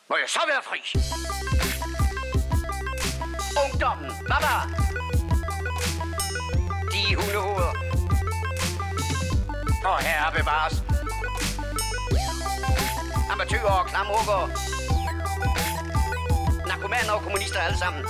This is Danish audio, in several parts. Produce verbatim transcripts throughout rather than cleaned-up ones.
Må jeg så være fri? Ungdommen, baba! De hundehoveder. Og herre bevares. Amatøger og klamrukker. Narkomaner og kommunister alle sammen.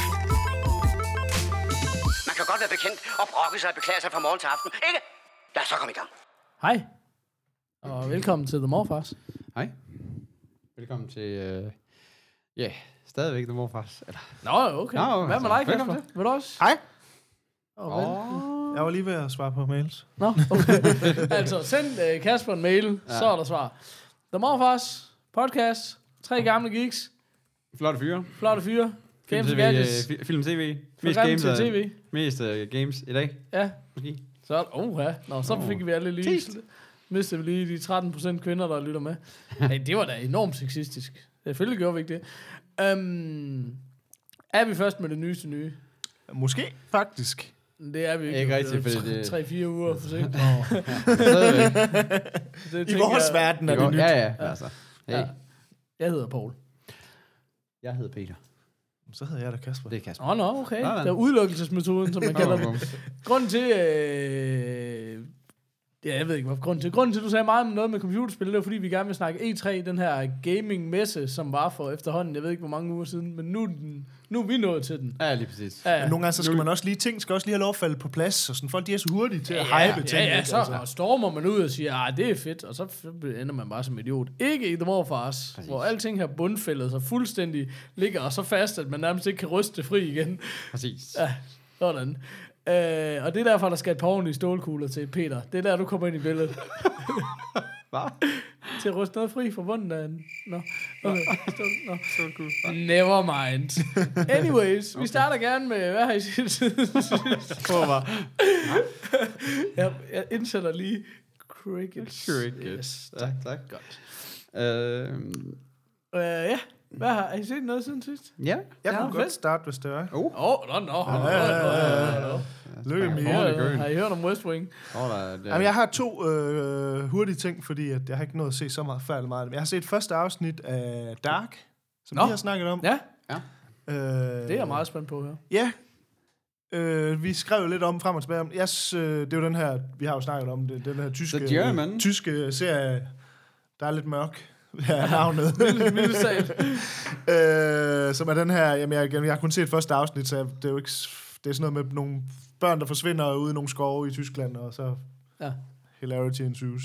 Man kan godt være bekendt og brokke sig og beklage sig fra morgen til aften, ikke? Lad os så komme i gang. Hej, og velkommen til The Morfars. Hej. Velkommen til, øh, ja, uh, yeah, stadigvæk The Morfars. Eller. Nå, okay. Nå, Hvad med dig, velkommen Kasper? Vil du også? Hej. Oh, Oh. Jeg var lige ved at svare på mails. Nå, okay. Altså, send uh, Kasper en mail, ja. Så er der svar. The Morfars podcast. Tre gamle geeks. Flotte fyre. Flotte fyre. Games Film, and Gadgets. uh, film tv. Mest Program games, til uh, tv. mest uh, games i dag. Ja. Måske. Så, oh, ja. Nå, så Oh. fik vi alle lige... Tist. Mistede vi lige de tretten procent kvinder, der lytter med. Hey, det var da enormt sexistisk. Selvfølgelig gjorde vi ikke det. Um, er vi først med det nyeste nye? Måske, faktisk. Det er vi ikke. Ikke rigtigt, fordi det... det- tre-fire uger for sent. Stadigvæk. Det I tænker vores jeg- verden er Det går- det nyt. Ja, ja, altså. Hey. Ja. Jeg hedder Paul. Jeg hedder Peter. Så hedder jeg da Kasper. Det er Kasper. Åh, oh, nå, okay. Sådan. Det er udelukkelsesmetoden, som man kalder Bum, bum. det. Grunden til... Øh... Ja, jeg ved ikke, hvad grunden til. Grunden til, at du sagde meget om noget med computerspil, det var, fordi vi gerne vil snakke E tre, den her gaming-messe, som var for efterhånden, jeg ved ikke, hvor mange uger siden, men nu, er den, nu er vi nået til den. Ja, lige præcis. Ja, Men nogle gange så skal man også lige, ting skal også lige have lov at falde på plads, og sådan folk, de er så hurtige til at ja, hype ting. ja, ja, ikke? så Altså. og stormer man ud og siger, ah, det er fedt, og så ender man bare som idiot. Ikke i The Morfars, Præcis. hvor alting her bundfældet så fuldstændig ligger og så fast, at man nærmest ikke kan ryste det fri igen. Præcis. Ja, sådan. Øh, og det er derfor, der skal et par ordentlige stålkugler til, Peter. Det er der, du kommer ind i billedet. Hvad? Til at ryste noget fri fra bunden af den. Nå, okay. Nå. Never mind. Anyways, vi starter gerne med, hvad har I sidst? Prøv mig. jeg, jeg indsætter lige cricket. Cricket. Yes, Ja, tak. tak. Godt. Øh, Uh, ja, hvad har, har I set noget siden sidst? ja. Jeg Ja, kunne fedt. godt starte, hvis det var. Oh. Åh, oh, nå, nå. Lykke med Ja, jer. det gør Har I hørt om West Wing? Oh, der, der. Jamen, jeg har to øh, hurtige ting, fordi at jeg har ikke nået at se så meget færdigt meget. Jeg har set første afsnit af Dark, som Nå. vi har snakket om. Ja, Øh, det er jeg meget spændt på her. Ja. Øh, vi skrev jo lidt om frem og tilbage om. Yes, øh, det er jo den her, vi har jo snakket om det, den her tyske, The German. tyske serie, der er lidt mørk. Ja, navnet. Mildt sagt. øh, som er den her, jamen jeg, jeg har kun set første afsnit, så det er jo ikke, det er sådan noget med nogle børn, der forsvinder ude i nogle skove i Tyskland, og så Ja. hilarity ensues.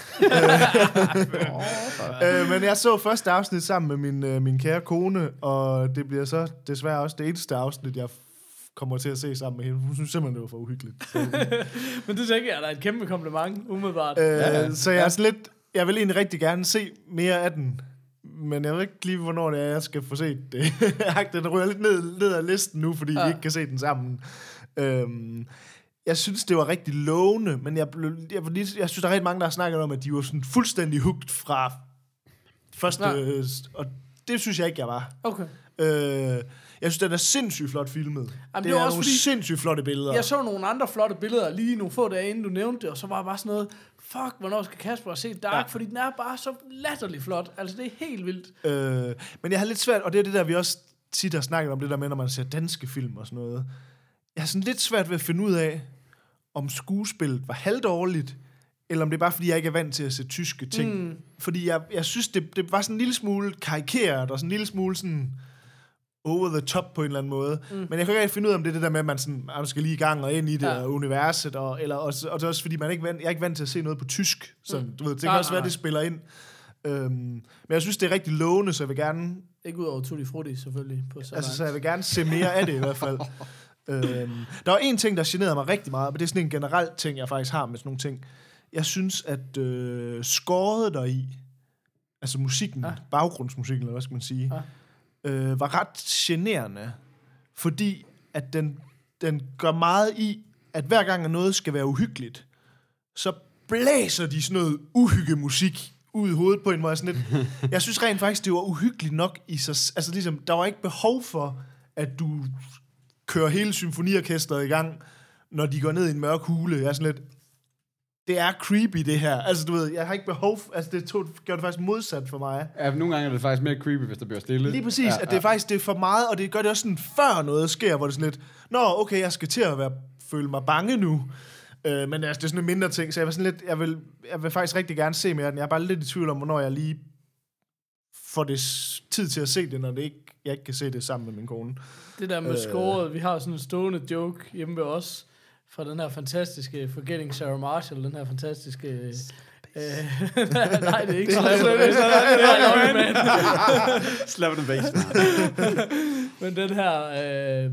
øh, men jeg så første afsnit sammen med min, øh, min kære kone, og det bliver så desværre også det eneste afsnit, jeg f- kommer til at se sammen med hende. Hun synes simpelthen, det var for uhyggeligt. Så, Men det tænker jeg, der er et kæmpe kompliment, umiddelbart. øh, ja. så jeg er sådan lidt, jeg vil egentlig rigtig gerne se mere af den, men jeg ved ikke lige, hvornår det er, jeg skal få set det. Den ryger lidt ned, ned ad listen nu, fordi ja. vi ikke kan se den sammen. Øhm, jeg synes, det var rigtig lovende, men jeg, blev, jeg, var lige, jeg synes, der er rigtig mange, der har snakket om, at de var sådan fuldstændig hooked fra første... Ja. Øh, og det synes jeg ikke, jeg var. Okay. Øh, jeg synes, den er sindssygt flot filmet. Jamen, det, det er var også nogle fordi- sindssygt flotte billeder. Jeg så nogle andre flotte billeder lige nogle få dage inden du nævnte det, og så var jeg bare sådan noget, fuck, hvornår skal Kasper se Dark, ja. Fordi den er bare så latterlig flot. Altså, det er helt vildt. Øh, men jeg har lidt svært, og det er det der, vi også tit har snakket om, det der med, når man ser danske film og sådan noget. Jeg har sådan lidt svært ved at finde ud af, om skuespillet var halvdårligt, eller om det er bare, fordi jeg ikke er vant til at se tyske ting. Mm. Fordi jeg, jeg synes, det, det var sådan en lille smule karikeret, og sådan en lille smule sådan over the top på en eller anden måde. Mm. Men jeg kan ikke rigtig finde ud af, om det er det der med, at man, sådan, at man skal lige i gang og ind i det, ja. og universet, og, eller også, og det er også fordi, man er ikke vant, jeg er ikke vant til at se noget på tysk. Så, mm. du ved, det kan Nej, også nej, være, det spiller ind. Øhm, men jeg synes, det er rigtig lovende, så jeg vil gerne, Ikke ud over Tutti Frutti, selvfølgelig. På altså, så jeg vil gerne se mere af det i hvert fald. øhm, der var en ting, der generede mig rigtig meget, men det er sådan en generel ting, jeg faktisk har med sådan nogle ting. Jeg synes, at øh, skåret deri, altså musikken, ja. baggrundsmusikken, eller hvad skal man sige, ja. øh, var ret generende, fordi at den, den gør meget i, at hver gang at noget skal være uhyggeligt, så blæser de sådan noget uhyggemusik ud i hovedet på en måde. Sådan lidt. Jeg synes rent faktisk, det var uhyggeligt nok i sig. Altså ligesom, der var ikke behov for, at du kører hele symfoniorkestret i gang, når de går ned i en mørk hule. Jeg er sådan lidt, det er creepy, det her. Altså, du ved, jeg har ikke behov... For, altså, det tog, gjorde det faktisk modsat for mig. Ja, nogle gange er det faktisk mere creepy, hvis der bliver stille. Lige præcis, ja, at det er faktisk det er for meget, og det gør det også sådan, før noget sker, hvor det er sådan lidt, nå, okay, jeg skal til at være, føle mig bange nu. Øh, men altså, det er sådan en mindre ting, så jeg, var sådan lidt, jeg, vil, jeg vil faktisk rigtig gerne se mere af den. Jeg er bare lidt i tvivl om, hvornår jeg lige får det tid til at se det, når det ikke, jeg ikke kan se det sammen med min kone. Det der med øh. scoret, vi har sådan en stående joke hjemme ved os, fra den her fantastiske Forgetting Sarah Marshall, den her fantastiske... Øh, nej, det er ikke Slap the Bass. Slap the Bass. Men den her... Øh,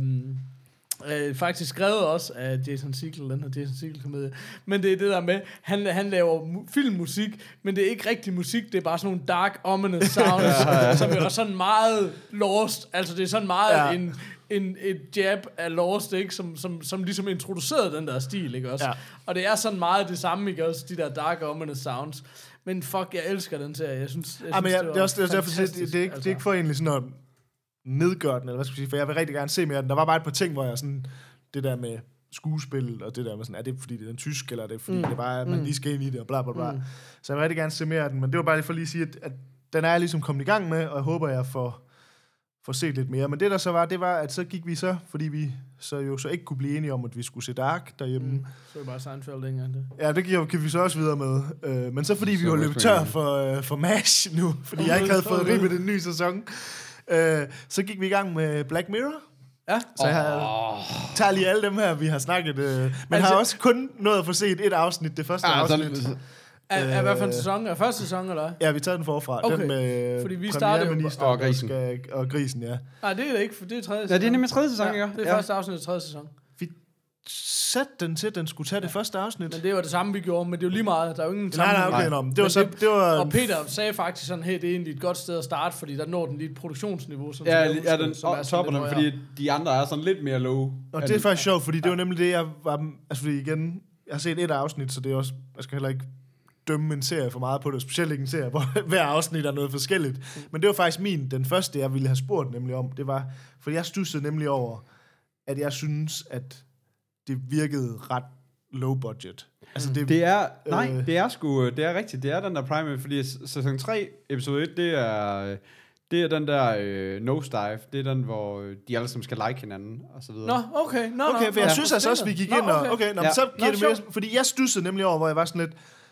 øh, faktisk skrevet også af Jason Segel, den her Jason Segel-komedie. Men det er det der med, han, han laver mu- filmmusik, men det er ikke rigtig musik, det er bare sådan nogle dark, ominous sounds, ja, ja. som er sådan meget lost. Altså det er sådan meget ja. en... En, et jab af Lost, ikke? Som, som, som ligesom introducerede den der stil, ikke også? Ja. Og det er sådan meget det samme, ikke også? De der dark ominous sounds. Men fuck, jeg elsker den serie. Jeg synes, jeg ja, synes men jeg, det, det, er også, det, er derfor, det, det, er ikke, altså. det er ikke for egentlig sådan noget nedgøre den, eller hvad skal jeg sige, for jeg vil rigtig gerne se mere af den. Der var bare et par ting, hvor jeg sådan, det der med skuespil, og det der med sådan, er det fordi det er den tysk, eller er det fordi mm. det bare, at man lige skal ind i det, og bla bla bla. Mm. Så jeg vil rigtig gerne se mere af den, men det var bare lige for lige at sige, at, at den er jeg ligesom kommet i gang med, og jeg håber, jeg får få set lidt mere. Men det der så var, det var, at så gik vi så, fordi vi så jo så ikke kunne blive enige om, at vi skulle se Dark derhjemme. Mm. Så er bare Seinfeld engang det. Ja, det kan, kan vi så også videre med. Uh, men så fordi så vi jo løbet tør for, uh, for MASH nu, fordi jeg ikke havde fået rig med den nye sæson, uh, så gik vi i gang med Black Mirror. Ja. Så jeg oh. tager lige alle dem her, vi har snakket, uh, men altså, har også kun nået at få set et afsnit, det første ja, afsnit. Så, Er, er hvad for en sæson? Er første sæson, eller? Ja, vi tager den forfra. Okay. Den med fordi vi startede og grisen. Skal, og grisen, ja. Nej, det er det ikke, for det er tredje sæson. Ja, det er nemlig tredje sæson, ja, det er ja. første afsnit af tredje sæson. Vi satte den til, at den skulle tage ja. det første afsnit. Men det var det samme, vi gjorde, men det er jo lige meget. Der er jo ingen nej, nej, okay, nej. Det var så, det var og Peter sagde faktisk sådan, hey, det er egentlig et godt sted at starte, fordi der når den lige et produktionsniveau. Sådan, ja, som ja, den topper den, fordi de andre er sådan lidt mere low. Og det er faktisk sjovt, fordi det var nemlig det, jeg var... Altså, fordi igen, jeg har set et afsnit, så det er også... Jeg skal heller ikke dømme en serie for meget på det, specielt ikke en serie, hvor hver afsnit er noget forskelligt. Mm. Men det var faktisk min, den første, jeg ville have spurgt nemlig om, det var, for jeg stussede nemlig over, at jeg synes, at det virkede ret low budget. Altså det, det er, nej, øh, det er sgu, det er rigtigt, det er den der primary, fordi sæson tre, episode et, det er, det er den der øh, nosedive, det er den, hvor de alle sammen skal like hinanden, og så videre. Nå, okay, nå, okay, for jeg ja. synes altså også, vi gik nå, ind og, okay, nå, ja. så giver nå, det mere, fordi jeg stussede nemlig over, hvor jeg var sådan lidt,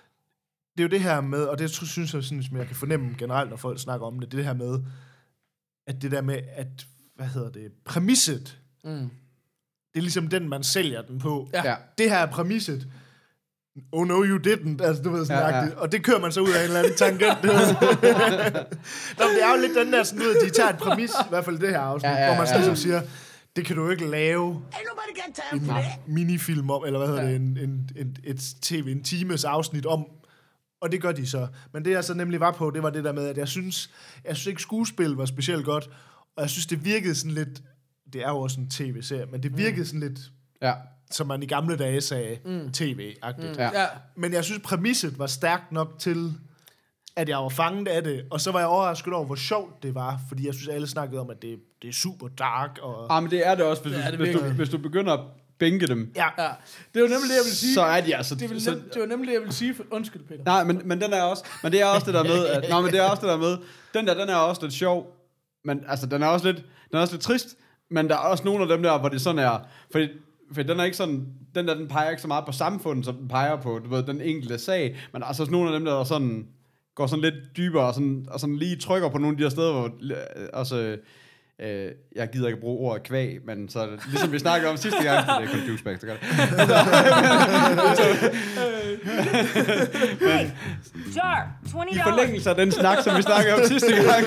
det er jo det her med, og det synes jeg sådan, som jeg kan fornemme generelt, når folk snakker om det, det her med, at det der med, at, hvad hedder det, præmisset, mm. det er ligesom den, man sælger den på. Ja. Det her er præmisset. Oh no, you didn't, altså du ved sådan ja, ja. Og det kører man så ud af en eller anden tangent. Nå, det er jo lidt den der, sådan, du ved, de tager et præmis, i hvert fald det her afsnit, ja, ja, ja, hvor man sådan, ja. ligesom siger, det kan du ikke lave en minifilm om, eller hvad hedder ja. det, en, en, en, et tv, en times afsnit om. Og det gør de så. Men det jeg så nemlig var på, det var det der med, at jeg synes, jeg synes ikke skuespil var specielt godt, og jeg synes, det virkede sådan lidt, det er jo også en tv-serie, men det virkede mm. sådan lidt, ja. som man i gamle dage sagde, mm. tv-agtigt. Mm. Ja. Men jeg synes, præmisset var stærkt nok til, at jeg var fanget af det, og så var jeg overrasket over, hvor sjovt det var, fordi jeg synes, alle snakkede om, at det, det er super dark. Og ja, men det er det også, hvis, ja, det hvis, du, hvis du begynder at bænke dem. Ja. ja. Det var nemlig det, jeg ville sige. Så er de altså... Det, ville nem, det var nemlig det, jeg ville sige. For, undskyld, Peter. Nej, men, men den er også... Men det er også det der med... At, nej, men det er også det der med... Den der, den er også lidt sjov. Men altså, den er også lidt... Den er også lidt trist. Men der er også nogle af dem der, hvor det sådan er... Fordi, fordi den er ikke sådan... Den der, den peger ikke så meget på samfundet, som den peger på, du ved, den enkelte sag. Men altså også nogle af dem der, der sådan... Går sådan lidt dybere og sådan, og sådan lige trykker på nogle af de her steder, hvor... Altså... Øh, jeg gider ikke bruge ordet kvæg, men så ligesom vi snakkede om sidste gang, det er kun douchebag, så gør det. Jar, tyve dollars. I forlængelse af den snak, som vi snakkede om sidste gang.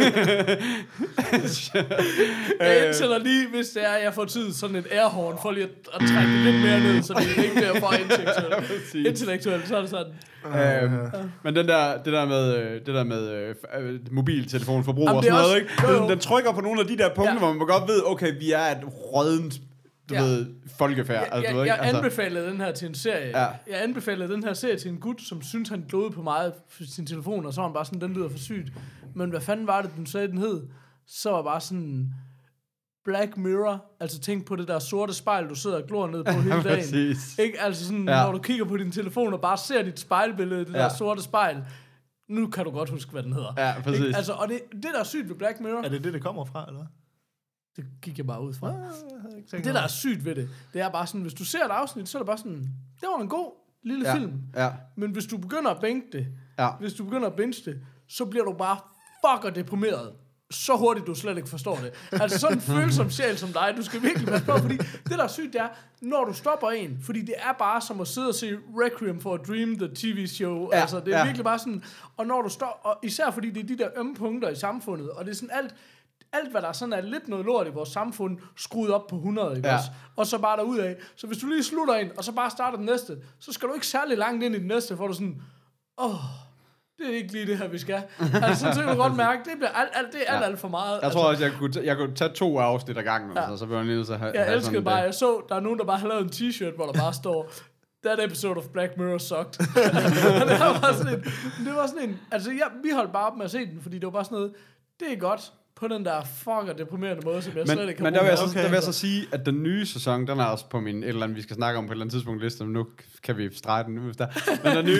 Jeg indsætter lige, hvis det er, jeg får tid, sådan et airhorn, for lige at, at trække det lidt mere ned, så det ikke bliver for intellektuelt. Intellektuelt, så er det sådan. Øhm, ja. Men den der, det der med, det der med øh, mobiltelefonforbrug og sådan noget, også, ikke? Den, den trykker på nogle af de der punkter, ja. hvor man godt ved, okay, vi er et rådent, du ja. ved, folkefærd. Jeg, altså, jeg, du ved, jeg altså. anbefalede den her til en serie. Ja. Jeg anbefalede den her serie til en gut, som synes han glodede på meget for sin telefon, og så var han bare sådan, den lyder for sygt. Men hvad fanden var det, den sagde, den hed? Så var bare sådan... Black Mirror, altså tænk på det der sorte spejl, du sidder og glor ned på hele dagen. Præcis. Ikke? Altså sådan, Ja. når du kigger på din telefon og bare ser dit spejlbillede, det Ja. der sorte spejl, nu kan du godt huske, hvad den hedder. Ja, præcis. Ikke? Altså, og det, det, der er sygt ved Black Mirror, Er det det, det kommer fra, eller? det gik jeg bare ud fra. Det Det, der er sygt ved det, det er bare sådan, hvis du ser et afsnit, så er det bare sådan, det var en god lille Ja. film. Ja. Men hvis du begynder at bænke det, Ja. hvis du begynder at binge det, så bliver du bare fucker deprimeret. Så hurtigt, du slet ikke forstår det. Altså sådan en følsom sjæl som dig, du skal virkelig passe på, fordi det, der er sygt, det er, når du stopper en, fordi det er bare som at sidde og se Requiem for a Dream, the T V-show. Ja, Altså, det er ja. virkelig bare sådan, og når du står, og især fordi det er de der ømme punkter i samfundet, og det er sådan alt, alt hvad der sådan er lidt noget lort i vores samfund, skruet op på hundrede, ikke Ja. også? Og så bare derudad. Så hvis du lige slutter en, og så bare starter den næste, så skal du ikke særlig langt ind i den næste, for du sådan, åh, oh, det er ikke lige det her, vi skal. Altså, så kan du godt mærke, det bliver alt, alt, det er alt, Ja. alt for meget. Jeg altså, tror også, jeg kunne, t- jeg kunne tage to afsnit ad gangen, ja. altså, så bliver jeg lige nødt til at have, jeg have elskede sådan bare, det. jeg så, der er nogen, der bare har lavet en t-shirt, hvor der bare står, that episode of Black Mirror sucked. Og det var bare sådan en, det var sådan en, altså jeg, vi holdt bare op med at se den, fordi det var bare sådan noget, det er godt, på den der fucker deprimerende måde, som jeg slet Men, ikke kan men der vil, jeg så, Okay, der vil jeg så så- sige, at den nye sæson, den er også på min, et eller andet, vi skal snakke om på et eller andet tidspunkt liste, men nu kan vi strege den nu, hvis der. Men den nye,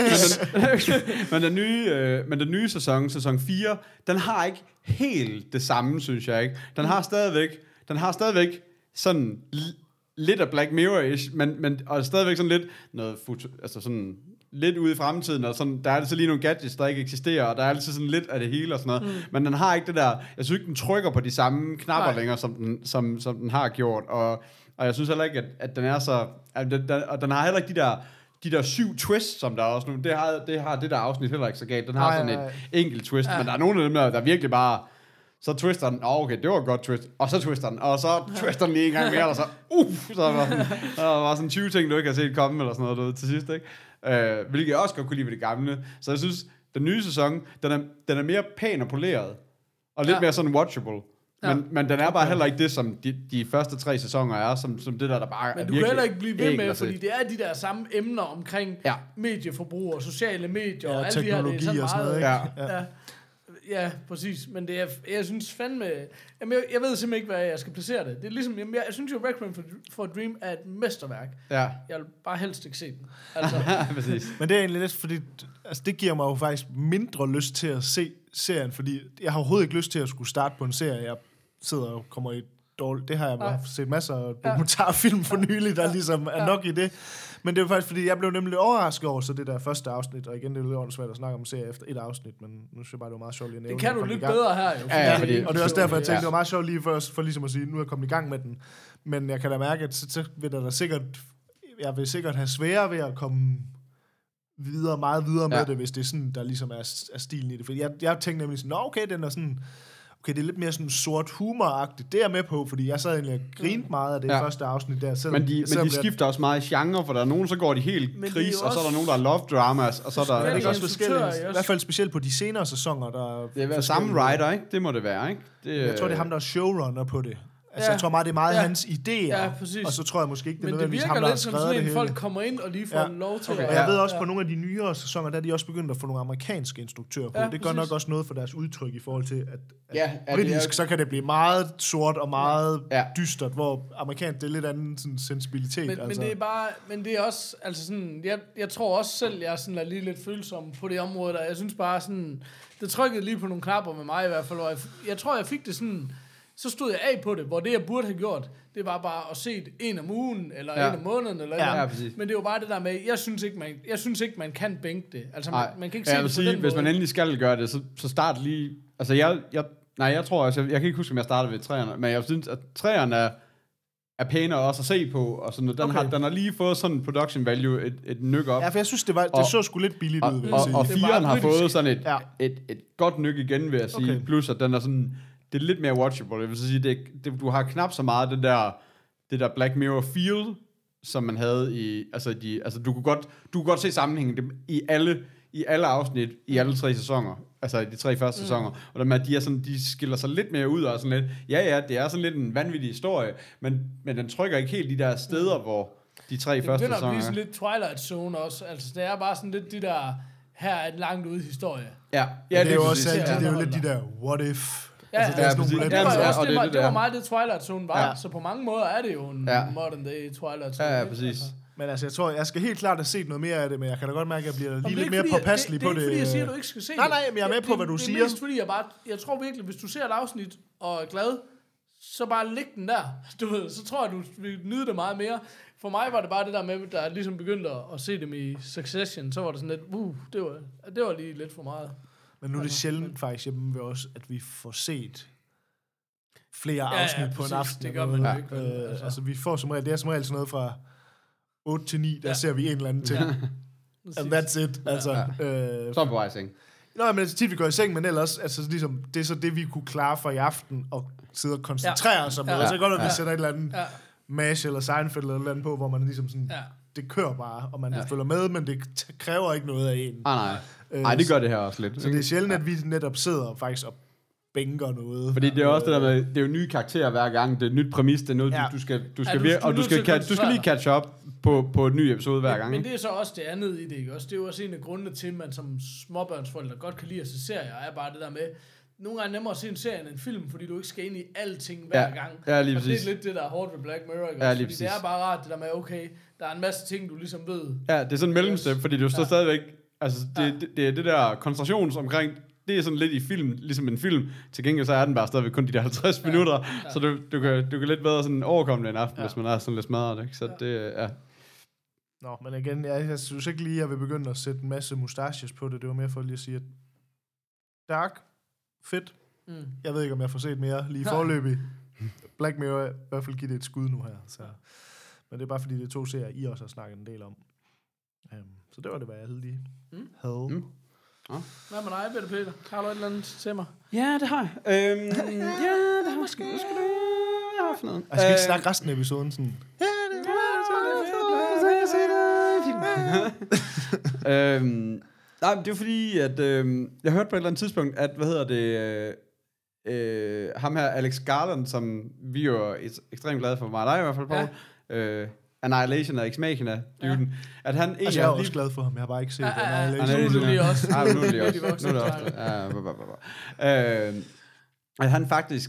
men den, men den nye, øh, men den nye sæson, sæson fire, den har ikke helt det samme, synes jeg ikke. Den har stadigvæk, den har stadigvæk sådan l- lidt af Black Mirror-ish, men, men og stadigvæk sådan lidt noget futu, altså sådan lidt ude i fremtiden, og sådan, der er altid lige nogle gadgets, der ikke eksisterer, og der er altid sådan lidt af det hele og sådan noget. Mm. Men den har ikke det der, jeg synes ikke, den trykker på de samme knapper Nej. længere, som den, som, som den har gjort, og, og jeg synes heller ikke, at, at den er så, at den, den, og den har heller ikke de der, de der syv twists, som der er også nu, det har det, har det der afsnit heller ikke så galt, den har Nej, sådan nej. et enkelt twist, Ja. men der er nogle af dem der, der virkelig bare, så twister den, åh oh, okay, det var et godt twist, og så twister den, og så twister den lige en gang mere, og så, uff, så var sådan, der var sådan tyve ting, du ikke har set komme, eller sådan noget, du ved, til sidst, ikke? Uh, hvilket jeg også godt kunne lide ved det gamle. Så jeg synes, den nye sæson, den er, den er mere pæn og poleret, og lidt Ja. mere sådan watchable. Ja. Men, men den er bare heller ikke det, som de, de første tre sæsoner er, som, som det der, der bare Men er du kan virkelig heller ikke blive ved ægelt med, at se. fordi det er de der samme emner omkring Ja. medieforbrug og sociale medier Ja, og alt det her. Det er teknologi sådan og sådan noget, meget, ikke? ja. Ja. Ja, præcis. Men det er, jeg synes fandme... Jamen, jeg, jeg ved simpelthen ikke, hvad jeg skal placere det. Det er ligesom... Jamen, jeg, jeg synes jo, Requiem for, for a Dream er et mesterværk. Ja, Jeg vil bare helst ikke se den. Altså, præcis. Men det er egentlig lidt, fordi altså, det giver mig jo faktisk mindre lyst til at se serien, fordi jeg har overhovedet ikke lyst til at skulle starte på en serie. Jeg sidder og kommer i dårligt. Det har jeg bare set masser af dokumentarfilm for nylig, der ligesom er nok i det. Men det er jo faktisk, fordi jeg blev nemlig overrasket over så det der første afsnit, og igen, det er jo lidt svært at snakke om serie efter et afsnit, men nu synes jeg bare, det var meget sjovt lige at nævne. det kan at du komme i lidt gang. bedre her, jo. Ja, ja, fordi- Og det er også derfor, jeg tænkte, Ja. det var meget sjovt lige for, for ligesom at sige, nu er jeg kommet i gang med den. Men jeg kan da mærke, at så, så vil der da sikkert, jeg vil sikkert have sværere ved at komme videre, meget videre med Ja. det, hvis det er sådan, der ligesom er, er stilen i det. For jeg, jeg tænkte nemlig sådan, nå okay, den er sådan, okay, det er lidt mere sådan sort humoragtigt. Det er jeg med på, fordi jeg sad egentlig og grinte meget af det Ja. ja. første afsnit der. Selvom, Men de, men selvom de jeg- skifter også meget i genre, for der er nogen, så går de helt Men de er kris, jo og så er der også- nogen, der er love dramas, og så er der... Ja, det er ikke Ja, også instruktører er forskelligt. jo I hvert fald specielt på de senere sæsoner, der er Det er vel forskellige. samme writer, ikke? Det må det være, ikke? Det, Jeg tror, det er ham, der er showrunner på det. Altså, Ja. jeg tror meget, det er meget Ja. hans idéer. Ja, præcis. Og så tror jeg måske ikke, det er Men det nødvendigvis virker ham, der har lidt som skrevet sådan det en, hele. folk kommer ind og lige får Ja. lov til Okay. at... Og jeg ved også, ja. på nogle af de nyere sæsoner, der er de også begyndt at få nogle amerikanske instruktører på. Ja, Ja, det gør præcis. nok også noget for deres udtryk i forhold til, at, at Ja, ja, britisk, det er- så kan det blive meget sort og meget Ja. ja. dystert, hvor amerikansk, det er lidt anden sådan, sensibilitet. Men, altså. men det er bare, men det er også, altså sådan, jeg, jeg tror også selv, jeg er sådan er lige lidt følsom på det område der. Jeg synes bare sådan, det trykkede lige på nogle knapper med mig i hvert fald, og jeg, jeg tror, jeg fik det sådan, så stod jeg af på det, hvor det jeg burde have gjort, det var bare at se det en om ugen, eller Ja. en om måneden, eller Ja, ja, ja, præcis. men det er jo bare det der med, jeg synes ikke, man, jeg synes ikke, man kan bænke det. Altså, man, Nej, man kan ikke ja, se jeg vil det på sige, den hvis måde. man endelig skal gøre det, så, så start lige... Altså, jeg, jeg, nej, jeg tror også, jeg, jeg kan ikke huske, om jeg startede ved træerne, men jeg synes, at træerne er, er pænere også at se på, og sådan noget. Den, Okay. har, den har lige fået sådan en production value, et, et nyk op. Ja, for jeg synes, det, var, det Og- så sgu lidt billigt Og, ud, vil jeg og, sige. og Det er firen meget har britisk. fået sådan et, Ja. et, et, et godt nyk igen, vil jeg sige. Okay. Plus, at den er sådan... Det er lidt mere watchable. Jeg vil så sige, det, det, du har knap så meget den der, det der Black Mirror feel, som man havde i... Altså, de, altså du, kunne godt, du kunne godt se sammenhængen det- i alle, i alle afsnit, i alle tre sæsoner. Altså i de tre første mm. sæsoner. Og dem er, de, er sådan, de skiller sig lidt mere ud og er sådan lidt... Ja, ja, det er sådan lidt en vanvittig historie, men, men den trykker ikke helt de der steder, hvor de tre Det første begynder at sæsoner blive er. sådan lidt Twilight Zone også. Altså, det er bare sådan lidt de der, her er en langt ude historie. Ja, Ja, ja det er jo præcis. også alt, Ja, det, det er jo ja. lidt de der what if Ja, Altså, det er ja, sådan nogle præcis. lidt- det var, Ja, også, og det, det er var, det, det var der. meget det Twilight Zone var, Ja. så på mange måder er det jo en Ja. modern day Twilight Zone. Ja, ja, ikke? præcis. Altså. Men altså, jeg tror, jeg skal helt klart have set noget mere af det, men jeg kan da godt mærke, at jeg bliver Jamen, lige det er lidt ikke mere fordi, påpasselig det, på det. det. Det er ikke fordi, jeg siger, at du ikke skal se Nej, det. nej, men jeg er med Det- på, hvad du det, siger. Det er mest fordi, jeg bare... Jeg tror virkelig, hvis du ser et afsnit og er glad, så bare læg den der. Du ved, så tror jeg, du vil nyde det meget mere. For mig var det bare det der med, der ligesom begyndte at, at se dem i Succession, så var det sådan lidt, uh, det var, det var lige lidt for meget. Men nu er det sjældent faktisk hjemme ved os, at vi får set flere Ja, ja, afsnit på præcis. en aften. Det eller gør man noget. jo ikke, vel? Øh, Altså. altså, vi får som regel, det er som regel sådan noget fra otte til ni, der Ja. ser vi en eller anden ting. And that's it. Altså, øh, Så er på vej i seng. Nå, men tit vi går i seng, men ellers, altså ligesom, det er så det, vi kunne klare for i aften, og sidde og koncentrere ja. os om Ja. noget. Så det kan godt, at vi Ja. sætter et eller andet Ja, MASH eller Seinfeld eller et eller andet på, hvor man ligesom sådan, ja. det kører bare, og man Ja. ja. følger med, men det t- kræver ikke noget af en. Ah, nej. Øh, Nej, det gør det her også lidt. Så det er sjældent, at vi netop sidder faktisk og bænker noget. Fordi det er også det der med, det er jo nye karakterer hver gang, det er et nyt præmis, det er noget, Ja. du, du skal, du skal du- vir- du er og du nødt skal, til at ca- du skal lige catch up på, på et ny episode hver gang. Men, men ikke? det er så også det andet i det, ikke også? Det er jo også en af grundene til, at man som småbørnsforældre godt kan lide at se serier, er bare det der med, nogle gange er det nemmere at se en serie end en film, fordi du ikke skal ind i alting hver Ja. gang. Ja, lige og det præcis. er lidt det, der er hårdt ved Black Mirror, ikke Ja, også? lige Fordi det præcis. er bare rart, det der med, okay, der er en masse ting, du ligesom ved. Ja, det er sådan en mellemstep, fordi du står Ja. stadigvæk, altså det, Ja. det, det er det der koncentrations omkring, det er sådan lidt i film, ligesom en film. Til gengæld så er den bare stadigvæk kun de der halvtreds Ja. minutter, Ja. så du, du, kan, du kan lidt bedre sådan overkomme det en aften, Ja. hvis man er sådan lidt smadret, ikke? Så Ja. det, ja. Nå, men igen, jeg, jeg synes ikke lige, at jeg vil begynde at sætte en masse mustaches på det. Det var mere for lige at sige, at dark, fedt. Mm. Jeg ved ikke, om jeg får set mere lige Nej. forløbig. Black Mirror, i hvert fald give det et skud nu her. Så. Men det er bare fordi, det er to serier, I også har snakket en del om. Um, så det var det, hvad jeg lige Mm. havde. Mm. Hvad med dig, Peter Peter? Har du et eller andet til mig? Ja, det har jeg. Øhm, ja, det har jeg. Skal, skal du... Jeg har for noget. Jeg skal ikke Øh, snakke resten af episoden sådan. øhm, nej, men det er fordi, at øh, jeg hørte på et eller andet tidspunkt, at, hvad hedder det, øh, øh, ham her, Alex Garland, som vi jo er et- ekstremt glade for, mig og dig i hvert fald, Paul, ja. øh, Annihilation og Ex Machina, dyden, at han egentlig Altså, jeg er har også glad for ham. Jeg har bare ikke set Ja, det. ja, ja. Nej, Nu er det lige også. Ja, nu er det lige De også. voksne Nu er det også. snakker. Ja, blah, blah, blah, blah. Øh, at han faktisk,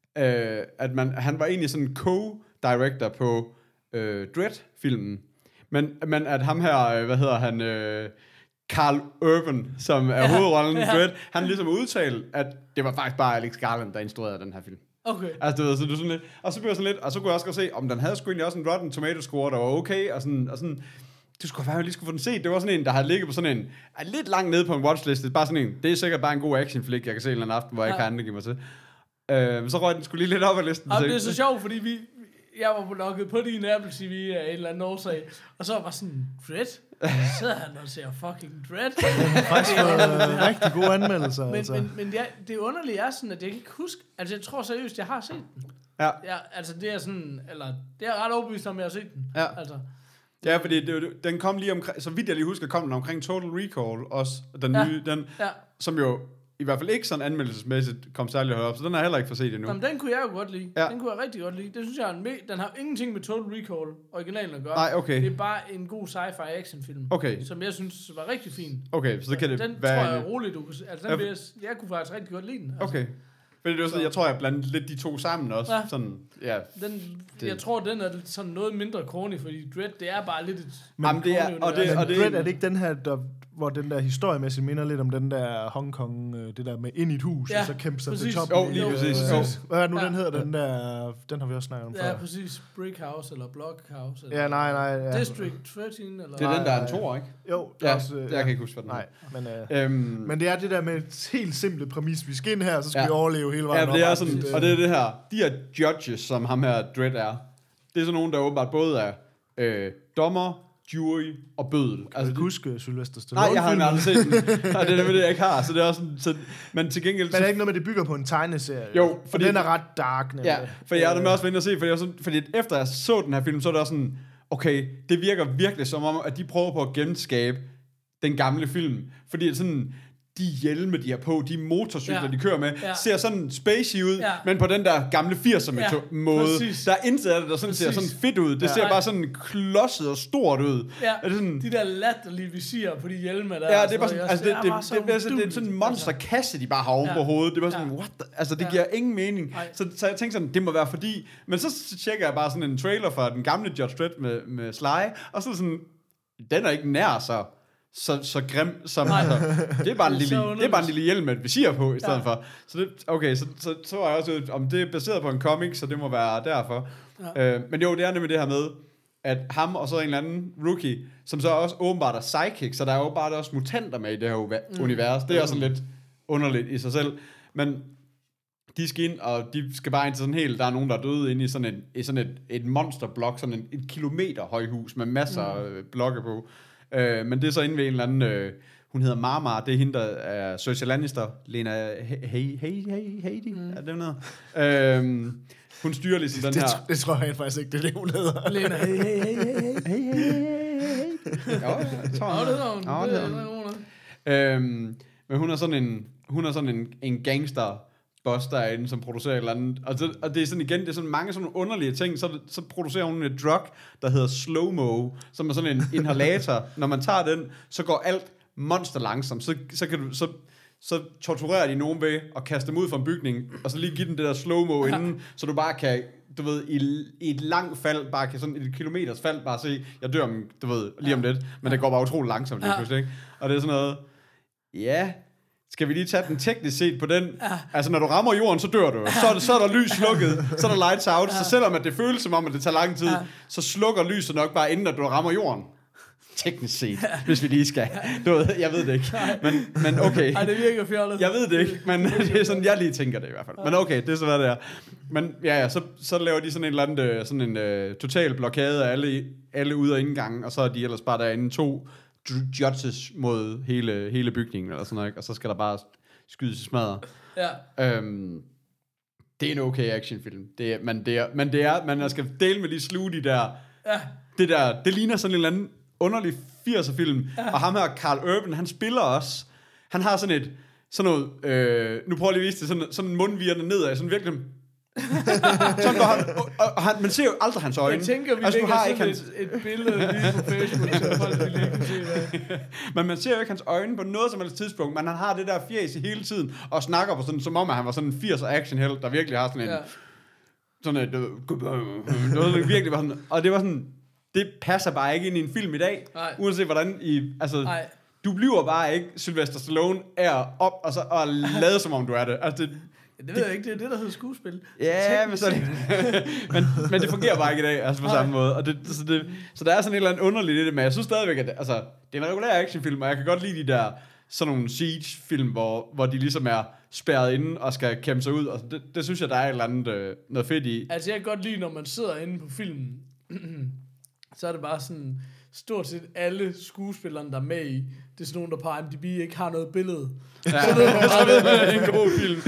øh, at man, han var egentlig sådan co-director på øh, Dread-filmen, men, men at ham her, øh, hvad hedder han, øh, Carl Urban, som er Ja, hovedrollen i ja. Dread, han ligesom udtalte, at det var faktisk bare Alex Garland, der instruerede den her film. Okay. Altså, du ved, så du sådan lidt, og så blev jeg sådan lidt, og så kunne jeg også godt se, om den havde sgu egentlig også en Rotten Tomato score, der var okay, og sådan, og sådan, det skulle være, jeg lige skulle få den set. Det var sådan en, der har ligget på sådan en, er lidt langt nede på en watchlist. Bare sådan en, det er sikkert bare en god actionflik, jeg kan se en eller anden aften, hvor jeg Ja. ikke har andet at give mig til. Øh, men så røg den skulle lige lidt op ad listen. Og så- det er så sjovt, fordi vi, jeg var logget på din Apple T V af en eller anden årsag, og så var jeg bare sådan, Dread? Sidder han og ser fucking Dread? faktisk fået øh, rigtig gode anmeldelser. Men, altså. men, men ja, det underlige er sådan, at jeg kan ikke huske, altså jeg tror seriøst, jeg har set den. Ja. Ja, altså det er sådan, eller det er ret overbevist om, jeg har set den. Ja. Altså, Ja, fordi det, det- den kom lige omkring, så vidt jeg lige husker, kom den omkring Total Recall også, den Ja. nye, den, ja. som jo i hvert fald ikke sådan anmeldelsesmæssigt kom særlig højt op, så den er heller ikke for set endnu. Jamen, den kunne jeg jo godt lide. Ja. Den kunne jeg rigtig godt lide. Det synes jeg er en me- den har ingenting med Total Recall originalen at gøre. Nej, okay. Det er bare en god sci-fi actionfilm. Okay. Som jeg synes var rigtig fin. Okay, så det kan det den være... tror jeg er roligt, du kunne se. Altså, den Ja. vil jeg, jeg kunne faktisk rigtig godt lide den. Altså. Okay. Fordi det var sådan, jeg tror, jeg blandede lidt de to sammen også. Ja. Sådan, ja. Den, Det- jeg tror, den er sådan noget mindre corny, fordi Dread, det er bare lidt et... Jamen, det er- corny og det- univers. og Men Dread, er det ikke den her, der, hvor den der historiemæssigt minder lidt om den der Hongkong, øh, det der med ind i et hus, Ja, og så kæmpe sig til præcis. toppen? Jo, lige i, øh, præcis. øh, Jo. Hvad er det nu, Ja. den hedder? Den der, den har vi også snakket om Ja, før. præcis. Brick House eller Block House. Eller Ja, nej, nej. Ja. District tretten eller... Det er den, der er en Nej, tor, ikke? Jo, det er Ja, også, øh, jeg kan ikke huske, hvad den Nej, men, øh, er. Øhm, men det er det der med et helt simple præmis. Vi skal ind her, så skal Ja. vi overleve hele vejen ja, det er op. sådan, Øh, og det er det her, de her judges, som ham her Dredd er, det er sådan nogen, der åbenbart både er øh, dommer, jury og bødel. Kan Altså, du det, huske Sylvester Stallone? nej, jeg har filmen? aldrig set den. Nej, det er nemlig det, jeg ikke har. Så det er også sådan, så, men til gengæld... Men er det ikke noget med, det bygger på en tegneserie? Jo, fordi fordi- den er ret dark, nemlig. Ja, for jeg er nemlig også vendt at se, fordi, jeg sådan, fordi efter jeg så den her film, så er det også sådan, okay, det virker virkelig som om, at de prøver på at genskabe den gamle film. Fordi sådan, de hjelme, de har på, de motorcykler, Ja. de kører med, Ja. ser sådan spacey ud, Ja. men på den der gamle firser Ja, måde. præcis. Der er intet af det, der sådan ser Præcis. sådan fedt ud. Det Ja. ser bare sådan klodset og stort ud. Ja, Er det sådan, de der latterlige visirer på de hjelme der. ja, og det er bare sådan sådan, noget, altså det, er det, bare så det, det, det, det er udueligt. sådan en monsterkasse, de bare har oven Ja. på hovedet. Det var sådan, Ja. what the? Altså det Ja. giver ingen mening. Nej. Så, så jeg tænkte sådan, det må være fordi, men så tjekker jeg bare sådan en trailer fra den gamle Judge Dredd med, med Sly, og så sådan, den er ikke nær så så, så grim som altså, det er bare en Det er så lille underligt. det er bare en lille hjelm med et visir på i stedet Ja. for. Så det, okay, så, så, så var jeg også om det er baseret på en comic, så det må være derfor. Ja. Øh, men jo, det er nemlig det her med at ham og så en eller anden rookie, som så også åbenbart er psychic, så der er jo bare også mutanter med i det her uva- mm. univers. Det er også sådan lidt underligt i sig selv. Men de skal ind, og de skal bare ind til sådan helt, der er nogen, der er døde inde i sådan, en, i sådan et, et monsterblok, sådan en, et kilometer høj hus med masser af mm. blokke på. Øh, men det er så inde ved en eller anden, øh, hun hedder Marmar, det er hende, der er Cersei Lannister, Lena Headey, Headey, Headey, mm. er det noget? Øh, hun styrer ligesom den Det, her... det tror jeg faktisk ikke, det er det, hun hedder. Lena, hey, hey, hey, hey, hey. Hey, hey, hey, hey. Jo, jeg tror, Nå, det hedder hun. Ja, det Det hedder er hun. hun. Øhm, men hun er sådan en, hun er sådan en, en gangster boss derinde, som producerer et eller andet. Og det, og det er sådan igen, det er sådan mange sådan underlige ting. Så, så producerer hun et drug, der hedder Slow-Mo, som er sådan en inhalator. Når man tager den, så går alt monster langsomt. Så, så kan du... Så, så torturerer de nogen ved at kaste dem ud fra en bygning, og så lige give den det der slow-mo inden, så du bare kan, du ved, i, i et langt fald, bare kan sådan i et kilometers fald, bare se, jeg dør om, du ved, lige om lidt, men det går bare utroligt langsomt lige pludselig, ikke? Og det er sådan noget, ja, skal vi lige tage den teknisk set på den? Ja. Altså, når du rammer jorden, så dør du. Så er, det, så er der lys slukket, så er der lights out, ja. Så selvom at det føles som om, at det tager lang tid, ja. Så slukker lyset nok bare inden, at du rammer jorden. Teknisk set, ja. Hvis vi lige skal. Du ved, jeg ved det ikke. Men, men okay. Ej, det virker fjollet. Jeg ved det ikke, men det er sådan, jeg lige tænker det i hvert fald. Men okay, det er så, hvad det er. Men ja, ja så, så laver de sådan en eller anden, sådan en uh, total blokade af alle, alle ud- og indgange, og så er de ellers bare derinde to judges mod hele, hele bygningen, eller sådan noget, ikke? Og så skal der bare skydes i smadret. Ja. Øhm, det er en okay actionfilm. Det er, men, det er, men det er, man skal dele med de sluge de der, Ja. det der, det ligner sådan en eller anden underlig firser film, ja. Og ham her, Carl Urban, han spiller også, han har sådan et, sådan noget, øh, nu prøver jeg lige at vise det, sådan, sådan en mundvirrende nedad, sådan virkelig, sådan går han, og, og, og han, man ser jo aldrig hans øjne. Jeg tænker, vi altså, lægger har sådan ikke hans, et, et billede lige på Facebook, så folk de lige kan se, hvad. men man ser jo ikke hans øjne på noget som helst tidspunkt, men han har det der fjæs i hele tiden, og snakker på sådan, som om, at han var sådan en firser actionhelt, der virkelig har sådan en, Ja. sådan et, det var virkelig var sådan, og det var sådan, det passer bare ikke ind i en film i dag. Nej. Uanset hvordan I... Altså, Nej. du bliver bare ikke Sylvester Stallone er op og, så, og lade som om du er det. Altså, det Det ved jeg ikke, det er det, der hedder skuespil. ja, men, så, men, men det fungerer bare ikke i dag, altså på Nej. samme måde. Og det, så, det, så der er sådan et eller andet underligt i det, men jeg synes stadigvæk, at det, altså, det er en regulær actionfilm, og jeg kan godt lide de der sådan nogle siege-film, hvor, hvor de ligesom er spærret inde og skal kæmpe sig ud. Og det, det synes jeg, der er et eller andet øh, noget fedt i. Altså, jeg kan godt lide, når man sidder inde på filmen, så er det bare sådan, stort set alle skuespillerne, der er med i, det er sådan nogen, der på I M D B ikke har noget billede. Ja, så det er en god film.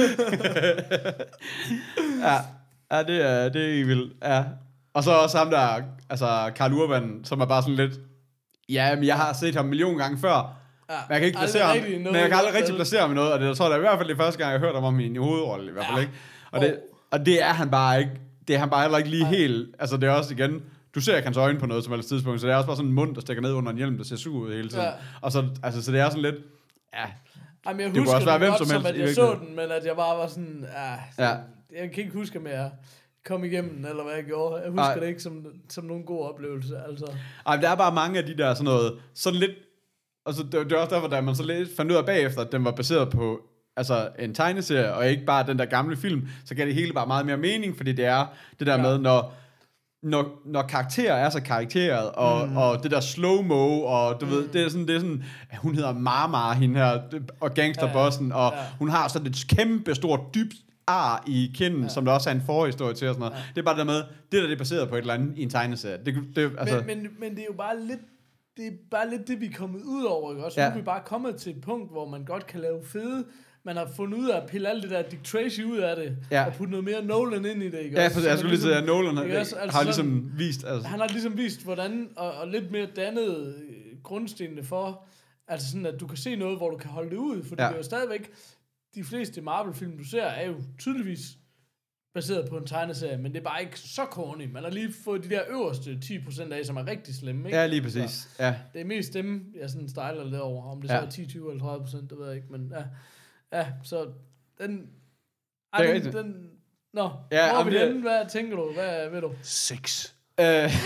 ja, ja, det er, det er ikke vildt. Ja. Og så også ham der, altså Carl Urban, som er bare sådan lidt, ja, men jeg har set ham en million gange før, Ja, men jeg kan ikke placere ham, men jeg kan aldrig rigtig placere ham i noget, og det jeg tror jeg da i hvert fald det første gang, jeg hørte om ham i en hovedrolle, i hvert fald Ja. ikke. Og det, og det er han bare ikke, det er han bare heller ikke lige helt, altså det er også igen, du ser ikke hans øjne på noget som helst tidspunkt, så det er også bare sådan en mund, der stikker ned under en hjelm, der ser sur ud hele tiden. Ja. Og så, altså, så det er sådan lidt, ja. Jamen, jeg det husker kunne også være det hvem godt, som som, helst at i jeg så virkeligheden. den, men at jeg bare var sådan, ja, Ja. jeg kan ikke huske, om jeg kom igennem den, eller hvad jeg gjorde. Jeg husker Ej. det ikke som, som nogen god oplevelse, altså. Ej, der er bare mange af de der sådan noget, sådan lidt, altså det, det er også derfor, da man så lidt fandt ud af bagefter, at den var baseret på altså en tegneserie, og ikke bare den der gamle film, så gav det hele bare meget mere mening, fordi det er det der ja. med, når, når, når karakterer er så karakteret, og, mm. og det der slow-mo, og du mm. ved, det er sådan, det er sådan, hun hedder Marmar, hende her, og gangsterbossen, og ja. Hun har sådan et kæmpe stort, dybt ar i kinden, ja. Som der også er en forhistorie til og sådan noget. Ja. Det er bare det der med, det der det er baseret på et eller andet i en tegneserie. Det, det, altså, men, men, men det er jo bare lidt, det er bare lidt det, vi er kommet ud over, ikke også? Ja. Nu er vi bare kommet til et punkt, hvor man godt kan lave fede, man har fundet ud af at pille alt det der Dick Tracy ud af det, ja. Og putte noget mere Nolan ind i det, ikke ja, også? for jeg skulle lige sige, at Nolan har, også, altså har ligesom sådan, vist... Altså. Han har ligesom vist, hvordan, og, og lidt mere dannet grundstenene for, Altså sådan, at du kan se noget, hvor du kan holde det ud, fordi ja. det er jo stadigvæk, de fleste Marvel-film, du ser, er jo tydeligvis baseret på en tegneserie, men det er bare ikke så corny. Man har lige fået de der øverste ti procent af, som er rigtig slemme, ikke? Ja, lige præcis. Så ja. Det er mest dem, jeg sådan styler lidt over. Om det så ja. er ti, tyve eller tredive procent, det ved jeg ikke, men ja. Ja, så den... Ej, den, den, den... Nå, ja, hvor er vi det... henne? Hvad tænker du? Hvad ved du? Sex. Øh,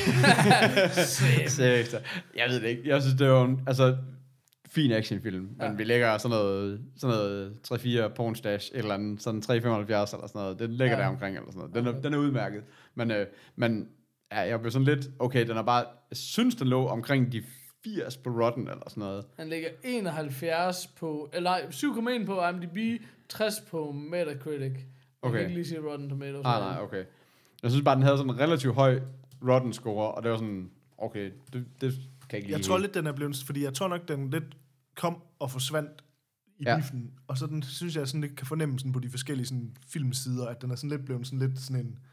Sex. Jeg ved det ikke. Jeg synes, det er jo en altså, fin actionfilm, ja. Men vi lægger sådan noget, sådan noget tre fire pornstash, et eller andet, sådan tre femoghalvfjerds eller sådan noget. Den ligger ja. der omkring, eller sådan noget. Den er, okay. den er udmærket. Men, øh, men ja, jeg blev sådan lidt, okay, den er bare, jeg synes, den lå omkring de firs på Rotten, eller sådan noget. Han ligger enoghalvfjerds på, eller syv komma en på I M D B, tres på Metacritic. Jeg okay. kan ikke lige sige Rotten Tomatoes. Ah, nej, okay. Jeg synes bare, den havde sådan en relativt høj Rotten score, og det var sådan, okay, det, det kan jeg ikke lide. Jeg tror lidt, den er blevet, fordi jeg tror nok, den lidt kom og forsvandt i ja. biffen, og så den, synes jeg sådan lidt kan fornemme sådan på de forskellige sådan, filmsider, at den er sådan lidt blevet sådan lidt sådan en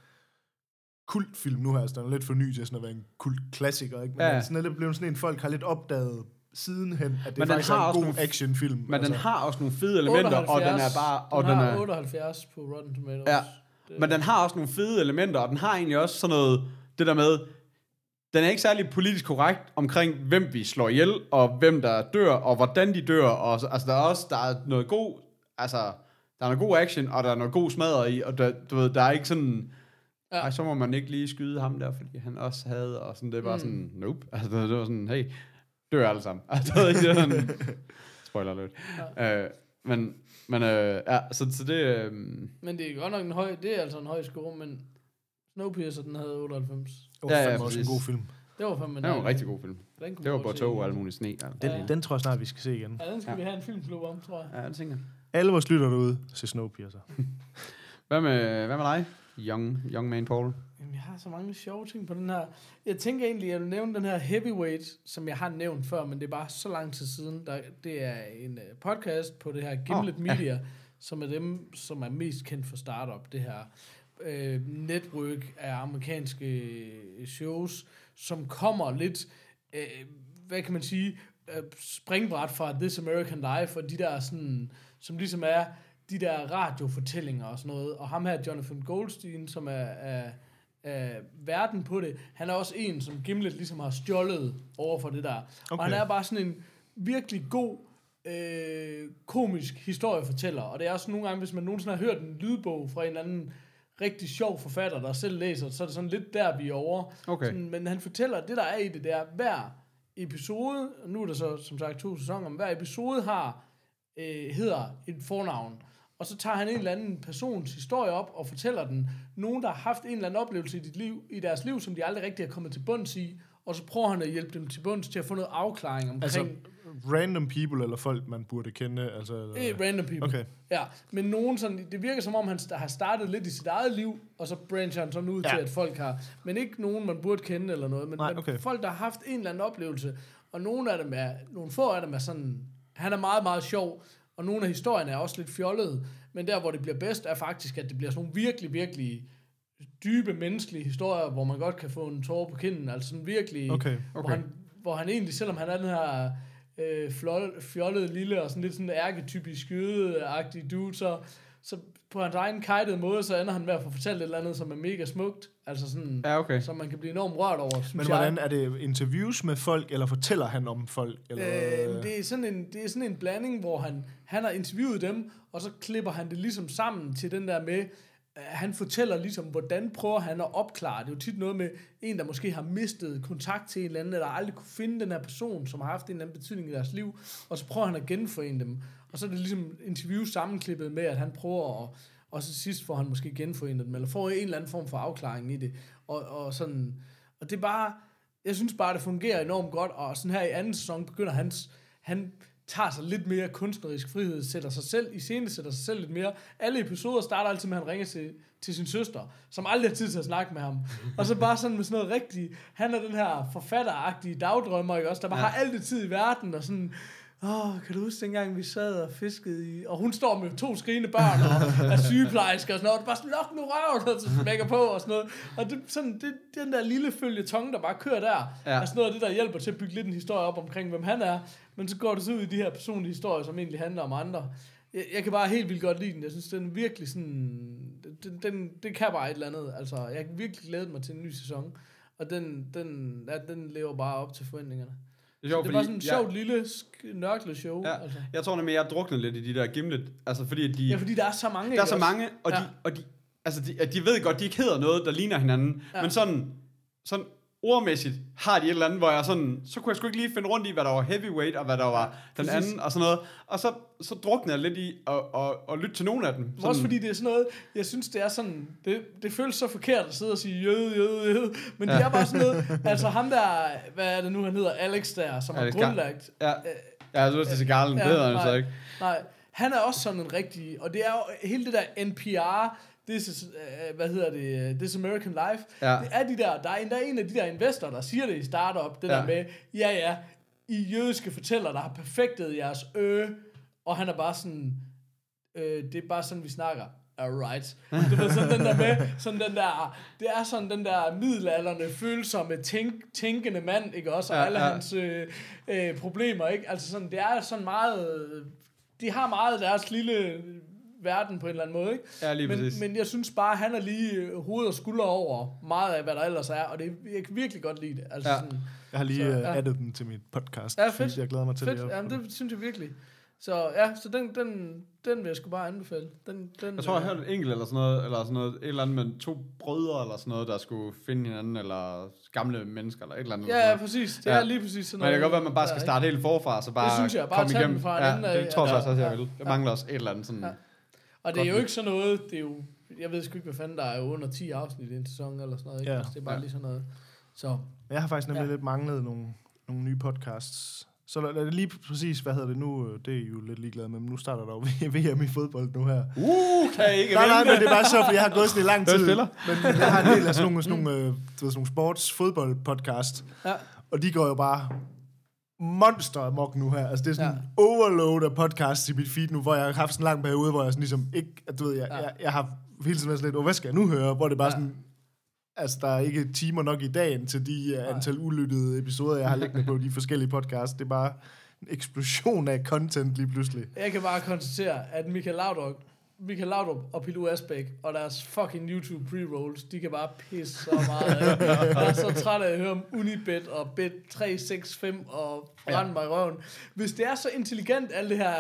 kultfilm nu her, altså den er lidt for ny til sådan at være en kultklassiker, ikke? Men ja. den er sådan lidt blevet sådan en, folk har lidt opdaget sidenhen, at det men faktisk er en god nogle, actionfilm. Men altså. den har også nogle fede elementer, og den er bare... Og den, den har er otteoghalvfjerds på Rotten Tomatoes. Ja. Det, men den har også nogle fede elementer, og den har egentlig også sådan noget, det der med, den er ikke særlig politisk korrekt omkring, hvem vi slår ihjel, og hvem der dør, og hvordan de dør, og altså der er også, der er noget god, altså, der er noget god action, og der er noget god smadder i, og der, du ved, der er ikke sådan, ja. Ej, så må man ikke lige skyde ham der, fordi han også havde, og sådan, det var mm. sådan, nope, altså det var sådan, hey, dør alle sammen, altså det var sådan, spoiler alert, ja. øh, men, men, øh, ja, så, så det, øh, men det er godt nok en høj, det er altså en høj score, men Snowpiercer, den havde otteoghalvfems. Det var ja, ja, også en god film. Det var fandme det var en rigtig god film. Det var bare tog og alle mulige sne. Ja. Den, den tror jeg snart, vi skal se igen. Ja, den skal ja. vi have en filmklub om, tror jeg. Ja, det tænker jeg. Alle vores lytter derude til Snowpiercer. hvad, med, hvad med dig, young, young man Paul? Jamen, jeg har så mange sjove ting på den her. Jeg tænker egentlig, at jeg vil nævne den her Heavyweight, som jeg har nævnt før, men det er bare så lang tid siden. Der, det er en uh, podcast på det her Gimlet oh, Media, ja. som er dem, som er mest kendt for startup, det her øh, network af amerikanske shows, som kommer lidt, øh, hvad kan man sige, øh, springbræt fra This American Life, og de der sådan, som ligesom er de der radiofortællinger og sådan noget. Og ham her, Jonathan Goldstein, som er, er, er verden på det, han er også en, som Gimlet ligesom har stjålet over for det der. Okay. Og han er bare sådan en virkelig god, øh, komisk historiefortæller. Og det er også nogle gange, hvis man nogensinde har hørt en lydbog fra en eller anden rigtig sjov forfatter, der selv læser, så er det sådan lidt der, vi er over. Okay. Sådan, men han fortæller, det der er i det der, hver episode, og nu er der så som sagt to sæsoner, men hver episode har, øh, hedder et fornavn. Og så tager han en eller anden persons historie op og fortæller den. Nogen, der har haft en eller anden oplevelse i, dit liv, i deres liv, som de aldrig rigtig er kommet til bunds i, og så prøver han at hjælpe dem til bunds til at få noget afklaring omkring... Altså random people, eller folk, man burde kende? Altså, eh, random people. Okay. Ja, men nogen sådan... Det virker som om, han har startet lidt i sit eget liv, og så brancher han sådan ud ja. til, at folk har... Men ikke nogen, man burde kende eller noget, men, Nej, okay. men folk, der har haft en eller anden oplevelse, og nogle af dem er... Nogle få af dem er sådan... Han er meget, meget sjov, og nogle af historierne er også lidt fjollede, men der, hvor det bliver bedst, er faktisk, at det bliver sådan nogle virkelig, virkelig dybe menneskelige historier, hvor man godt kan få en tårer på kinden, altså sådan virkelig, okay, okay. Hvor, han, hvor han egentlig, selvom han er den her øh, fjollede lille, og sådan lidt sådan arketypisk skøde-agtig dude, så, så på hans egen kajtede måde, så ender han med at få fortalt et eller andet, som er mega smukt, altså sådan, ja, okay. som man kan blive enormt rørt over. Men hvordan, er det interviews med folk, eller fortæller han om folk? Eller? Øh, det, er sådan en, det er sådan en blanding, hvor han, han har interviewet dem, og så klipper han det ligesom sammen til den der med, han fortæller ligesom, hvordan prøver han at opklare. Det er jo tit noget med en, der måske har mistet kontakt til en eller anden, eller aldrig kunne finde den her person, som har haft en eller anden betydning i deres liv, og så prøver han at genforene dem. Og så er det ligesom interview sammenklippet med, at han prøver at, og så sidst får han måske genforenet dem, eller får en eller anden form for afklaring i det. Og, og sådan, og det er bare, jeg synes bare, det fungerer enormt godt, og sådan her i anden sæson begynder hans, han tager sig lidt mere kunstnerisk frihed, sætter sig selv i scene, sætter sig selv lidt mere. Alle episoder starter altid med, at han ringer til, til sin søster, som aldrig har tid til at snakke med ham. Og så bare sådan med sådan noget rigtigt, han er den her forfatteragtige dagdrømmer, ikke også, der bare ja. har alt det tid i verden, og sådan, åh, kan du huske dengang, vi sad og fiskede i... Og hun står med to skrigende børn og er sygeplejersker og sådan noget. Og bare sådan, luk nu røven, og så smækker på og sådan noget. Og det, sådan, det, den der lille føljeton, der bare kører der, ja. er sådan noget af det, der hjælper til at bygge lidt en historie op omkring, hvem han er. Men så går det så ud i de her personlige historier, som egentlig handler om andre. Jeg, jeg kan bare helt vildt godt lide den. Jeg synes, den er virkelig sådan... Den, den, det kan bare et eller andet. Altså, jeg kan virkelig glæde mig til en ny sæson. Og den, den, ja, den lever bare op til forventningerne. Det, er sjovt, det var sådan et sjovt jeg, lille nørklet show. Ja, altså. Jeg tror nemlig, jeg druknede lidt i de der Gimlet. Altså, fordi de, ja, fordi der er så mange. Der er så mange, og, ja. de, og de, altså, de, de ved godt, de ikke hedder noget, der ligner hinanden. Ja. Men sådan, sådan ordmæssigt har de et eller andet, hvor jeg sådan, så kunne jeg sgu ikke lige finde rundt i, hvad der var heavyweight, og hvad der var ja, den præcis. anden, og sådan noget. Og så, så druknede jeg lidt i at, at, at lytte til nogle af dem. Sådan. Også fordi det er sådan noget, jeg synes, det er sådan, det, det føles så forkert at sidde og sige jøde, jøde, jøde, men ja. det er bare sådan noget, altså ham der, hvad er det nu, han hedder, Alex der, som Alex har grundlagt. Ja, ja jeg synes, det er Garlen, ja, det hedder han så ikke. Nej, han er også sådan en rigtig, og det er jo hele det der N P R, This is, uh, hvad hedder det, This American Life, ja. det er de der, der er endda en af de der investorer, der siger det i startup, det ja. der med, ja ja, I jødiske fortæller, der har perfektet jeres ø, og han er bare sådan, øh, det er bare sådan, vi snakker, alright. Du ved, sådan den der med, sådan den der, det er sådan den der middelalderne, følsomme, tænk, tænkende mand, ikke også, og ja, alle ja. hans øh, øh, problemer, ikke, altså sådan, det er sådan meget, de har meget deres lille verden på en eller anden måde, ikke? Ja, lige men, men jeg synes bare, han er lige hoved og skulder over meget af, hvad der ellers er, og det, jeg kan virkelig godt lide det. Altså ja. sådan, jeg har lige så, ja. addet den til mit podcast, ja, fedt. Jeg glæder mig til fedt. det. Jamen, det synes jeg virkelig. Så ja, så den, den, den vil jeg sgu bare anbefale. Den, den, jeg tror, jeg hørte en enkelt eller sådan noget, eller sådan noget, et eller andet med to brødre eller sådan noget, der skulle finde hinanden, eller gamle mennesker, eller et eller andet. Ja, ja, præcis. Det ja. er lige præcis sådan noget. Men det kan godt være, at man bare skal starte helt forfra, så bare, det synes jeg, bare komme igennem. Fra ja, anden af, det tror jeg ja, også, jeg ja, vil. Det mangler også et eller andet sådan... Ja. Og det er jo ikke sådan noget, det er jo, jeg ved sgu ikke, hvad fanden der er jo under ti afsnit i en sæson, eller sådan noget, ikke? Ja. Altså, det er bare ja. lige sådan noget. Så. Jeg har faktisk nemlig ja. lidt manglet nogle, nogle nye podcasts. Så lad det lige præcis, hvad hedder det nu, det er jo lidt ligeglad med, men nu starter der jo V M i fodbold nu her. Uh, kan jeg ikke nej, nej, men det er bare så, for jeg har gået sådan i lang tid. Men jeg har en del af sådan nogle, sådan nogle, øh, sådan nogle sports fodbold podcast. Ja. Og de går jo bare monster amok nu her. Altså det er sådan en ja. overload af podcasts i mit feed nu, hvor jeg har haft sådan en lang periode, hvor jeg sådan ligesom ikke, du ved, jeg, ja. jeg, jeg har hele tiden været sådan lidt, oh, hvad skal jeg nu høre? Hvor det bare ja. sådan, altså der er ikke timer nok i dagen til de uh, antal ulyttede episoder, jeg har liggende på de forskellige podcasts. Det er bare en eksplosion af content lige pludselig. Jeg kan bare konstatere, at Michael Laudrup, Michael Laudrup og Pilo Asbæk og deres fucking YouTube pre-rolls, de kan bare pisse så meget. Jeg er så træt af at høre om Unibet og Bet tre seks fem og brænde mig i røven. Hvis det er så intelligent, alt det her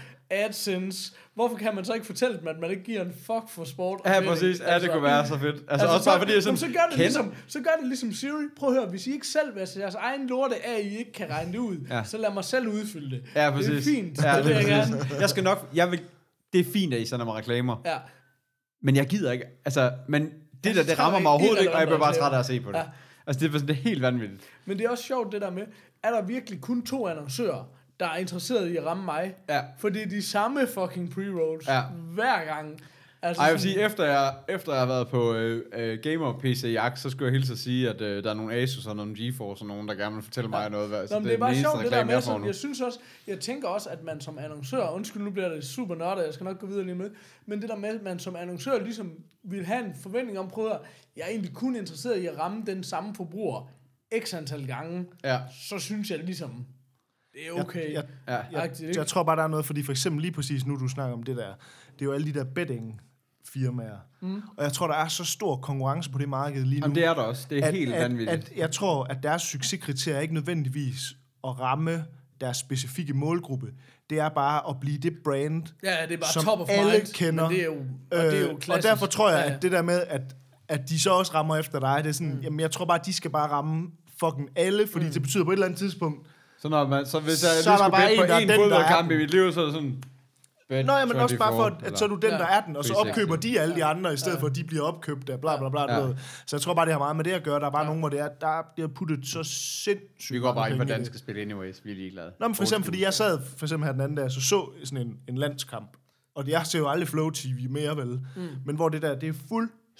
AdSense, hvorfor kan man så ikke fortælle dem, at man ikke giver en fuck for sport? Ja, præcis. Ja, det kunne være så fedt. Altså, altså også så, bare fordi jeg sådan, så gør, det ligesom, så gør det ligesom Siri. Prøv at høre, hvis I ikke selv, hvis jeres egen lorte er, I ikke kan regne det ud, ja. så lad mig selv udfylde det. Ja, præcis. Det er fint. Ja, det det er jeg gerne. Jeg skal nok, jeg vil, det er fint, at I sender mig reklamer. Ja. Men jeg gider ikke, altså, men det der, det rammer mig overhovedet ikke, og jeg bliver bare træt af at se på det. Ja. Altså, det er, det er helt vanvittigt. Men det er også sjovt, det der med, er der virkelig kun to annoncører, der er interesseret i at ramme mig? Ja. For det er de samme fucking pre-rolls ja. hver gang. Altså, Ej, jeg vil sige, efter jeg, efter jeg har været på øh, øh, Gamer-P C-jagt, så skulle jeg hilse at sige, at øh, der er nogle Asus og nogle GeForce og nogen, der gerne vil fortælle mig ja. noget. Hvad, Nå, det, det er bare sjovt, det der med, jeg, jeg synes også, jeg tænker også, at man som annoncør, undskyld, nu bliver det super nørdet, jeg skal nok gå videre lige med, men det der med, at man som annoncør ligesom vil have en forventning om, prøv at jeg er egentlig kun interesseret i at ramme den samme forbruger x antal gange, ja. så synes jeg ligesom, det er okay. Jeg, jeg, jeg, jeg, jeg tror bare, der er noget, fordi for eksempel lige præcis nu, du snakker om det der, det er jo alle de der betting firmaer. Mm. Og jeg tror, der er så stor konkurrence på det marked lige nu. Jamen, det er der også. Det er at, helt at, vanvittigt. At, at jeg tror, at deres succeskriterie er ikke nødvendigvis at ramme deres specifikke målgruppe. Det er bare at blive det brand, ja, det er bare som top of alle mind, kender. Det er jo, og, det er jo klassisk. Og derfor tror jeg, at ja, ja. det der med, at, at de så også rammer efter dig, det er sådan, mm. jamen jeg tror bare, at de skal bare ramme fucking alle, fordi mm. det betyder på et eller andet tidspunkt, så, når man, så hvis jeg så lige skulle bette på en, en fodboldkamp i mit liv, så er det sådan... Nå, ja, men også bare for, at så er du den, der er den, og så opkøber de alle de andre, i stedet for, at de bliver opkøbt af bla bla bla. Ja. Så jeg tror bare, det har meget med det at gøre. Der er bare ja. nogen, hvor det er, der bliver puttet så sindssygt. Vi går bare ikke på danske spil anyways, vi er ligeglade. Nå, men for eksempel, fordi jeg sad for eksempel her den anden dag, så så sådan en, en landskamp, og jeg ser jo aldrig Flow T V mere, vel? Mm. Men hvor det der, det er fuldstændig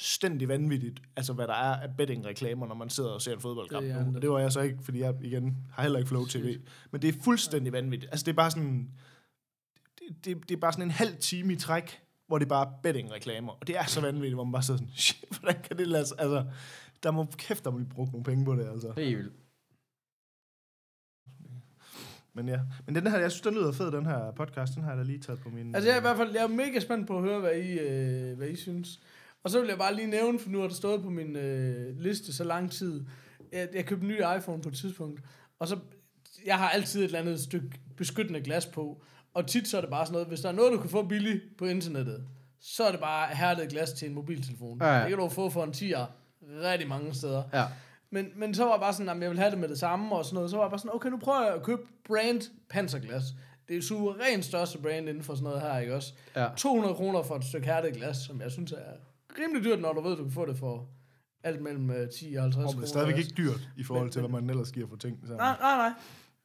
fuldstændig vanvittigt, altså hvad der er af betting-reklamer, når man sidder og ser en fodboldkamp. Det Det, er nu. det. det var jeg så ikke, fordi jeg igen har heller ikke Flow T V. Men det er fuldstændig vanvittigt. Altså det er bare sådan, det, det, det er bare sådan en halv time i træk, hvor det er bare betting-reklamer. Og det er så vanvittigt, hvor man bare sidder sådan, shit, hvordan kan det lade sig? Altså, der må kæft, der må blive brugt nogle penge på det, altså. Helt vildt. Men ja, men den her, jeg synes, den lyder fed, den her podcast, den har jeg da lige taget på min... Altså jeg er i hvert fald jeg er mega spændt på at høre, hvad I, øh, hvad I synes. Og så vil jeg bare lige nævne, for nu har det stået på min øh, liste så lang tid. Jeg, jeg købte en ny iPhone på et tidspunkt, og så, jeg har altid et eller andet stykke beskyttende glas på, og tit så er det bare sådan noget, hvis der er noget, du kan få billigt på internettet, så er det bare hærdet glas til en mobiltelefon. Ja, ja. Det kan du få for en tier rigtig mange steder. Ja. Men, men så var jeg bare sådan, at jeg vil have det med det samme og sådan noget. Så var jeg bare sådan, okay, nu prøver jeg at købe brand panserglas. Det er suverænt største brand inden for sådan noget her, ikke også? Ja. to hundrede kroner for et stykke hærdet glas, som jeg synes er rimelig dyrt, når du ved, du kan få det for alt mellem uh, ti og halvtreds kroner. Oh, det er stadigvæk ikke dyrt, i forhold til, hvad man ellers giver for ting. Så. Nej, nej, nej.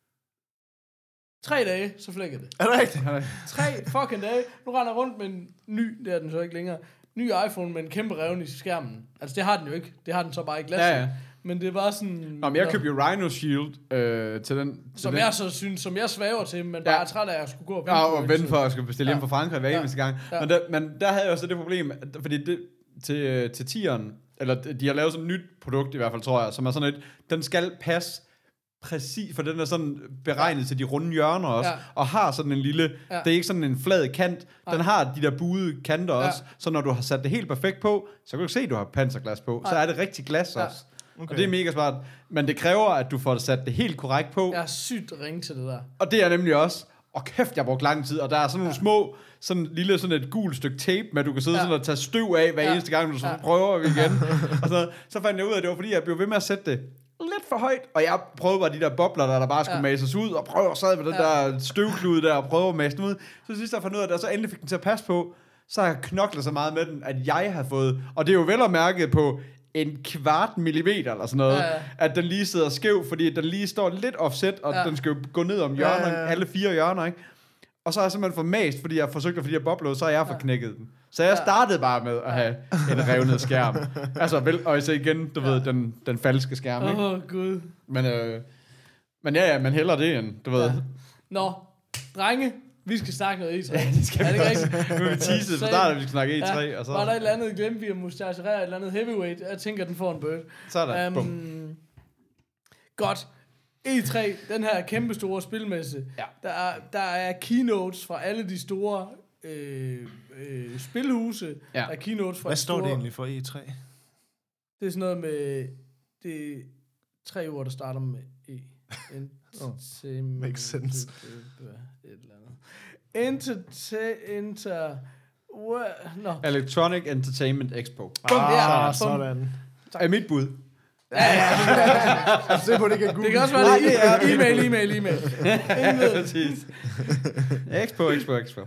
Tre dage, så flækker det. Er det rigtigt? Tre fucking dage. Nu render jeg rundt med en ny, det er den så ikke længere, ny iPhone med en kæmpe revne i skærmen. Altså, det har den jo ikke. Det har den så bare i glasset. Ja, ja. Men det var sådan... Nå, men jeg købte jo Rhino Shield øh, til den... Til Som den. jeg så synes, som jeg svæver til, men bare Ja. er træt af, at jeg skulle gå og vente. Ja, på og en vente tid. for at skulle bestille hjem Ja. fra Frankrig hver Ja. eneste gang. Ja. Men, der, men der havde jeg også det problem, at- fordi det, til, til tieren, eller de har lavet sådan et nyt produkt i hvert fald, tror jeg, som er sådan et, den skal passe præcis, for den er sådan beregnet ja. til de runde hjørner også, Ja. og har sådan en lille, Ja. det er ikke sådan en flad kant, den har de der buede kanter Ja. også, så når du har sat det helt perfekt på, så kan du se, at du har panserglas på, så Ja. er det rigtig glas Ja. også. Okay. Og det er mega smart, men det kræver, at du får sat det helt korrekt på, Jeg er sygt ringe til det der. og det er nemlig også, og kæft, jeg har brugt lang tid, og der er sådan nogle ja. små, sådan lille sådan et gult stykke tape, med at du kan sidde ja. sådan og tage støv af hver ja. eneste gang, du så ja. prøver igen. Og så, så fandt jeg ud af, at det var fordi, jeg blev ved med at sætte det lidt for højt, og jeg prøvede bare de der bobler, der, der bare skulle ja. mases ud, og prøve at sad med den ja. der støvklude der, og prøve at mase den ud. Så sidst jeg fandt ud af, at jeg så endelig fik den til at passe på, så har jeg knoklet så meget med den, at jeg har fået, og det er jo vel at mærke på en kvart millimeter eller sådan noget, Ja, ja. at den lige sidder skæv, fordi den lige står lidt offset, og Ja. den skal jo gå ned om hjørner, Ja, ja, ja. alle fire hjørner, ikke? Og så har jeg simpelthen fået mast, fordi jeg har forsøgt at få de her bobler ud, så har jeg fået knækket den. Så jeg startede bare med at have en revnet skærm. Altså, vel, og så igen, du ved, den, den falske skærm, ikke? Åh, oh, gud. Men, øh, men ja, ja, men heller det end, du ved. Ja. Nå, drenge, vi skal snakke noget E tre. Ja, det skal er det vi ikke også. rigtigt? Nu er vi teaset, så starter vi skal snakke E tre, ja. Og så... Var der et eller andet, glemte vi at mustacherere, et eller andet heavyweight? Jeg tænker, den får en bird. Sådan, bum. Godt. E tre, den her kæmpe store spilmesse. Ja. Der, er, der er keynotes fra alle de store øh, øh, spilhuse. Ja. Der er keynotes fra Hvad de står store, det egentlig for E tre? Det er sådan noget med... Det er tre ord, der starter med E. Entertainment. makes sense. Et eller andet. Inter... Inter... What? No. Electronic Entertainment Expo. Bum, ja, Ah, sådan. Er mit bud. Altså, se på, det kan Det kan også være Nej, det det er e- e-mail, e-mail, e-mail. Ingen ved. Præcis. Expo, Expo, Expo.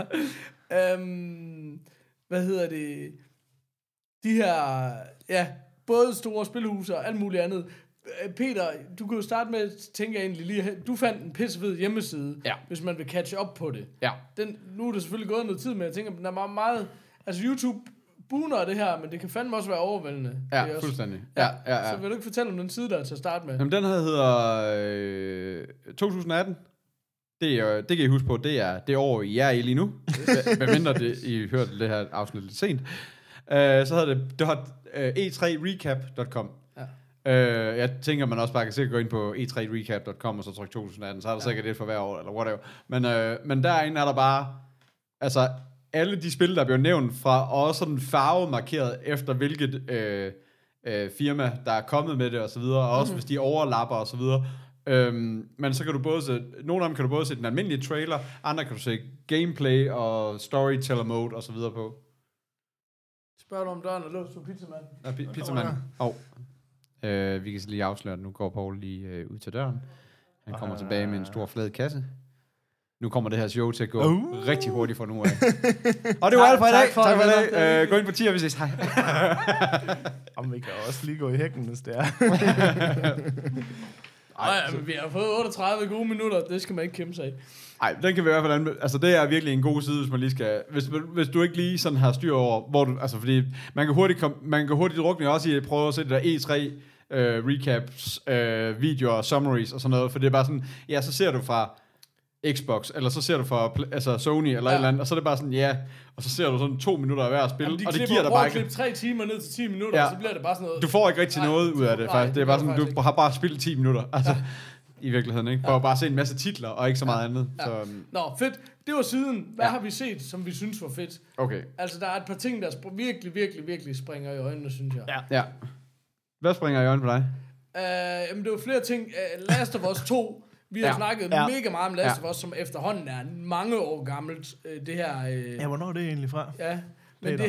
øhm, hvad hedder det? De her, ja, både store spilhuse og alt muligt andet. Øh, Peter, du kan jo starte med, tænker jeg egentlig lige, du fandt en pissefed hjemmeside, Ja. hvis man vil catch up på det. Ja. Den, nu er det selvfølgelig gået noget tid, men jeg tænker, den er meget, meget altså YouTube buner af det her, men det kan fandme også være overvældende. Ja, Det er også, fuldstændig. Ja, ja, ja. Så vil du ikke fortælle om den side, der er til at starte med? Jamen, den her hedder øh, to tusind atten. Det, er, det kan I huske på, det er det år, I er i lige nu. Hvad mindre det, I hørte det her afsnit lidt sent. Uh, så hedder det, det har uh, e tre recap punktum com. Ja. Uh, jeg tænker, man også bare kan sikkert gå ind på e tre recap punktum com og så trykke to tusind atten, så er der ja. sikkert det for hver år, eller whatever. Men, uh, men derinde er der bare, altså alle de spil, der bliver nævnt fra, og også sådan farvemarkeret efter hvilket øh, øh, firma, der er kommet med det og så videre, og også mm-hmm. hvis de overlapper og så videre. Øhm, men så kan du både se, nogle af dem kan du både se den almindelige trailer, andre kan du se gameplay og storyteller mode og så videre på. Spørger du om døren og lås på pizzamanden? Ja, pi- pizzamanden. Oh. Øh, vi kan lige afsløre, at nu går Paul lige øh, ud til døren. Han kommer uh. tilbage med en stor flad kasse. Nu kommer det her show til at gå uh. rigtig hurtigt fra nu af. Og det var alt for i dag. Tak for, tak for i dag. Uh, gå ind på tier, vi ses. Hej. Jamen, vi kan også lige gå i hækken, hvis det er. Ej, Ej, men vi har fået otteogtredive gode minutter, det skal man ikke kæmpe sig af. Nej, den kan vi i hvert fald anbefale. Altså, det er virkelig en god side, hvis man lige skal... Hvis, hvis du ikke lige sådan har styr over, hvor du... Altså, fordi man kan hurtigt, kom, man kan hurtigt drukne også i at prøve at se det der E tre øh, recaps, øh, videoer, summaries og sådan noget, for det er bare sådan... Ja, så ser du fra Xbox, eller så ser du fra altså Sony, eller ja. et eller andet, og så er det bare sådan, ja... Og så ser du sådan to minutter af hver spil, Jamen, de og det giver dig bare ikke... De klipper tre timer ned til ti minutter, ja. og så bliver det bare sådan noget... Du får ikke rigtig nej, noget ud af det, faktisk. Det er bare sådan, du ikke. har bare spillet ti minutter. Altså... Ja. I virkeligheden, ikke? For ja. bare se en masse titler, og ikke så meget ja. andet. Ja. Så, um... Nå, fedt. Det var siden. Hvad ja. har vi set, som vi synes var fedt? Okay. Altså, der er et par ting, der sp- virkelig, virkelig, virkelig springer i øjnene, synes jeg. Ja. ja. Hvad springer i øjnene på dig? Uh, jamen, det var flere ting. Uh, Last of Us to. Vi har ja. snakket ja. mega meget om Last ja. of Us, som efterhånden er mange år gammelt. Uh, det her... Uh, ja, hvornår er det egentlig fra? Ja, men Peter. det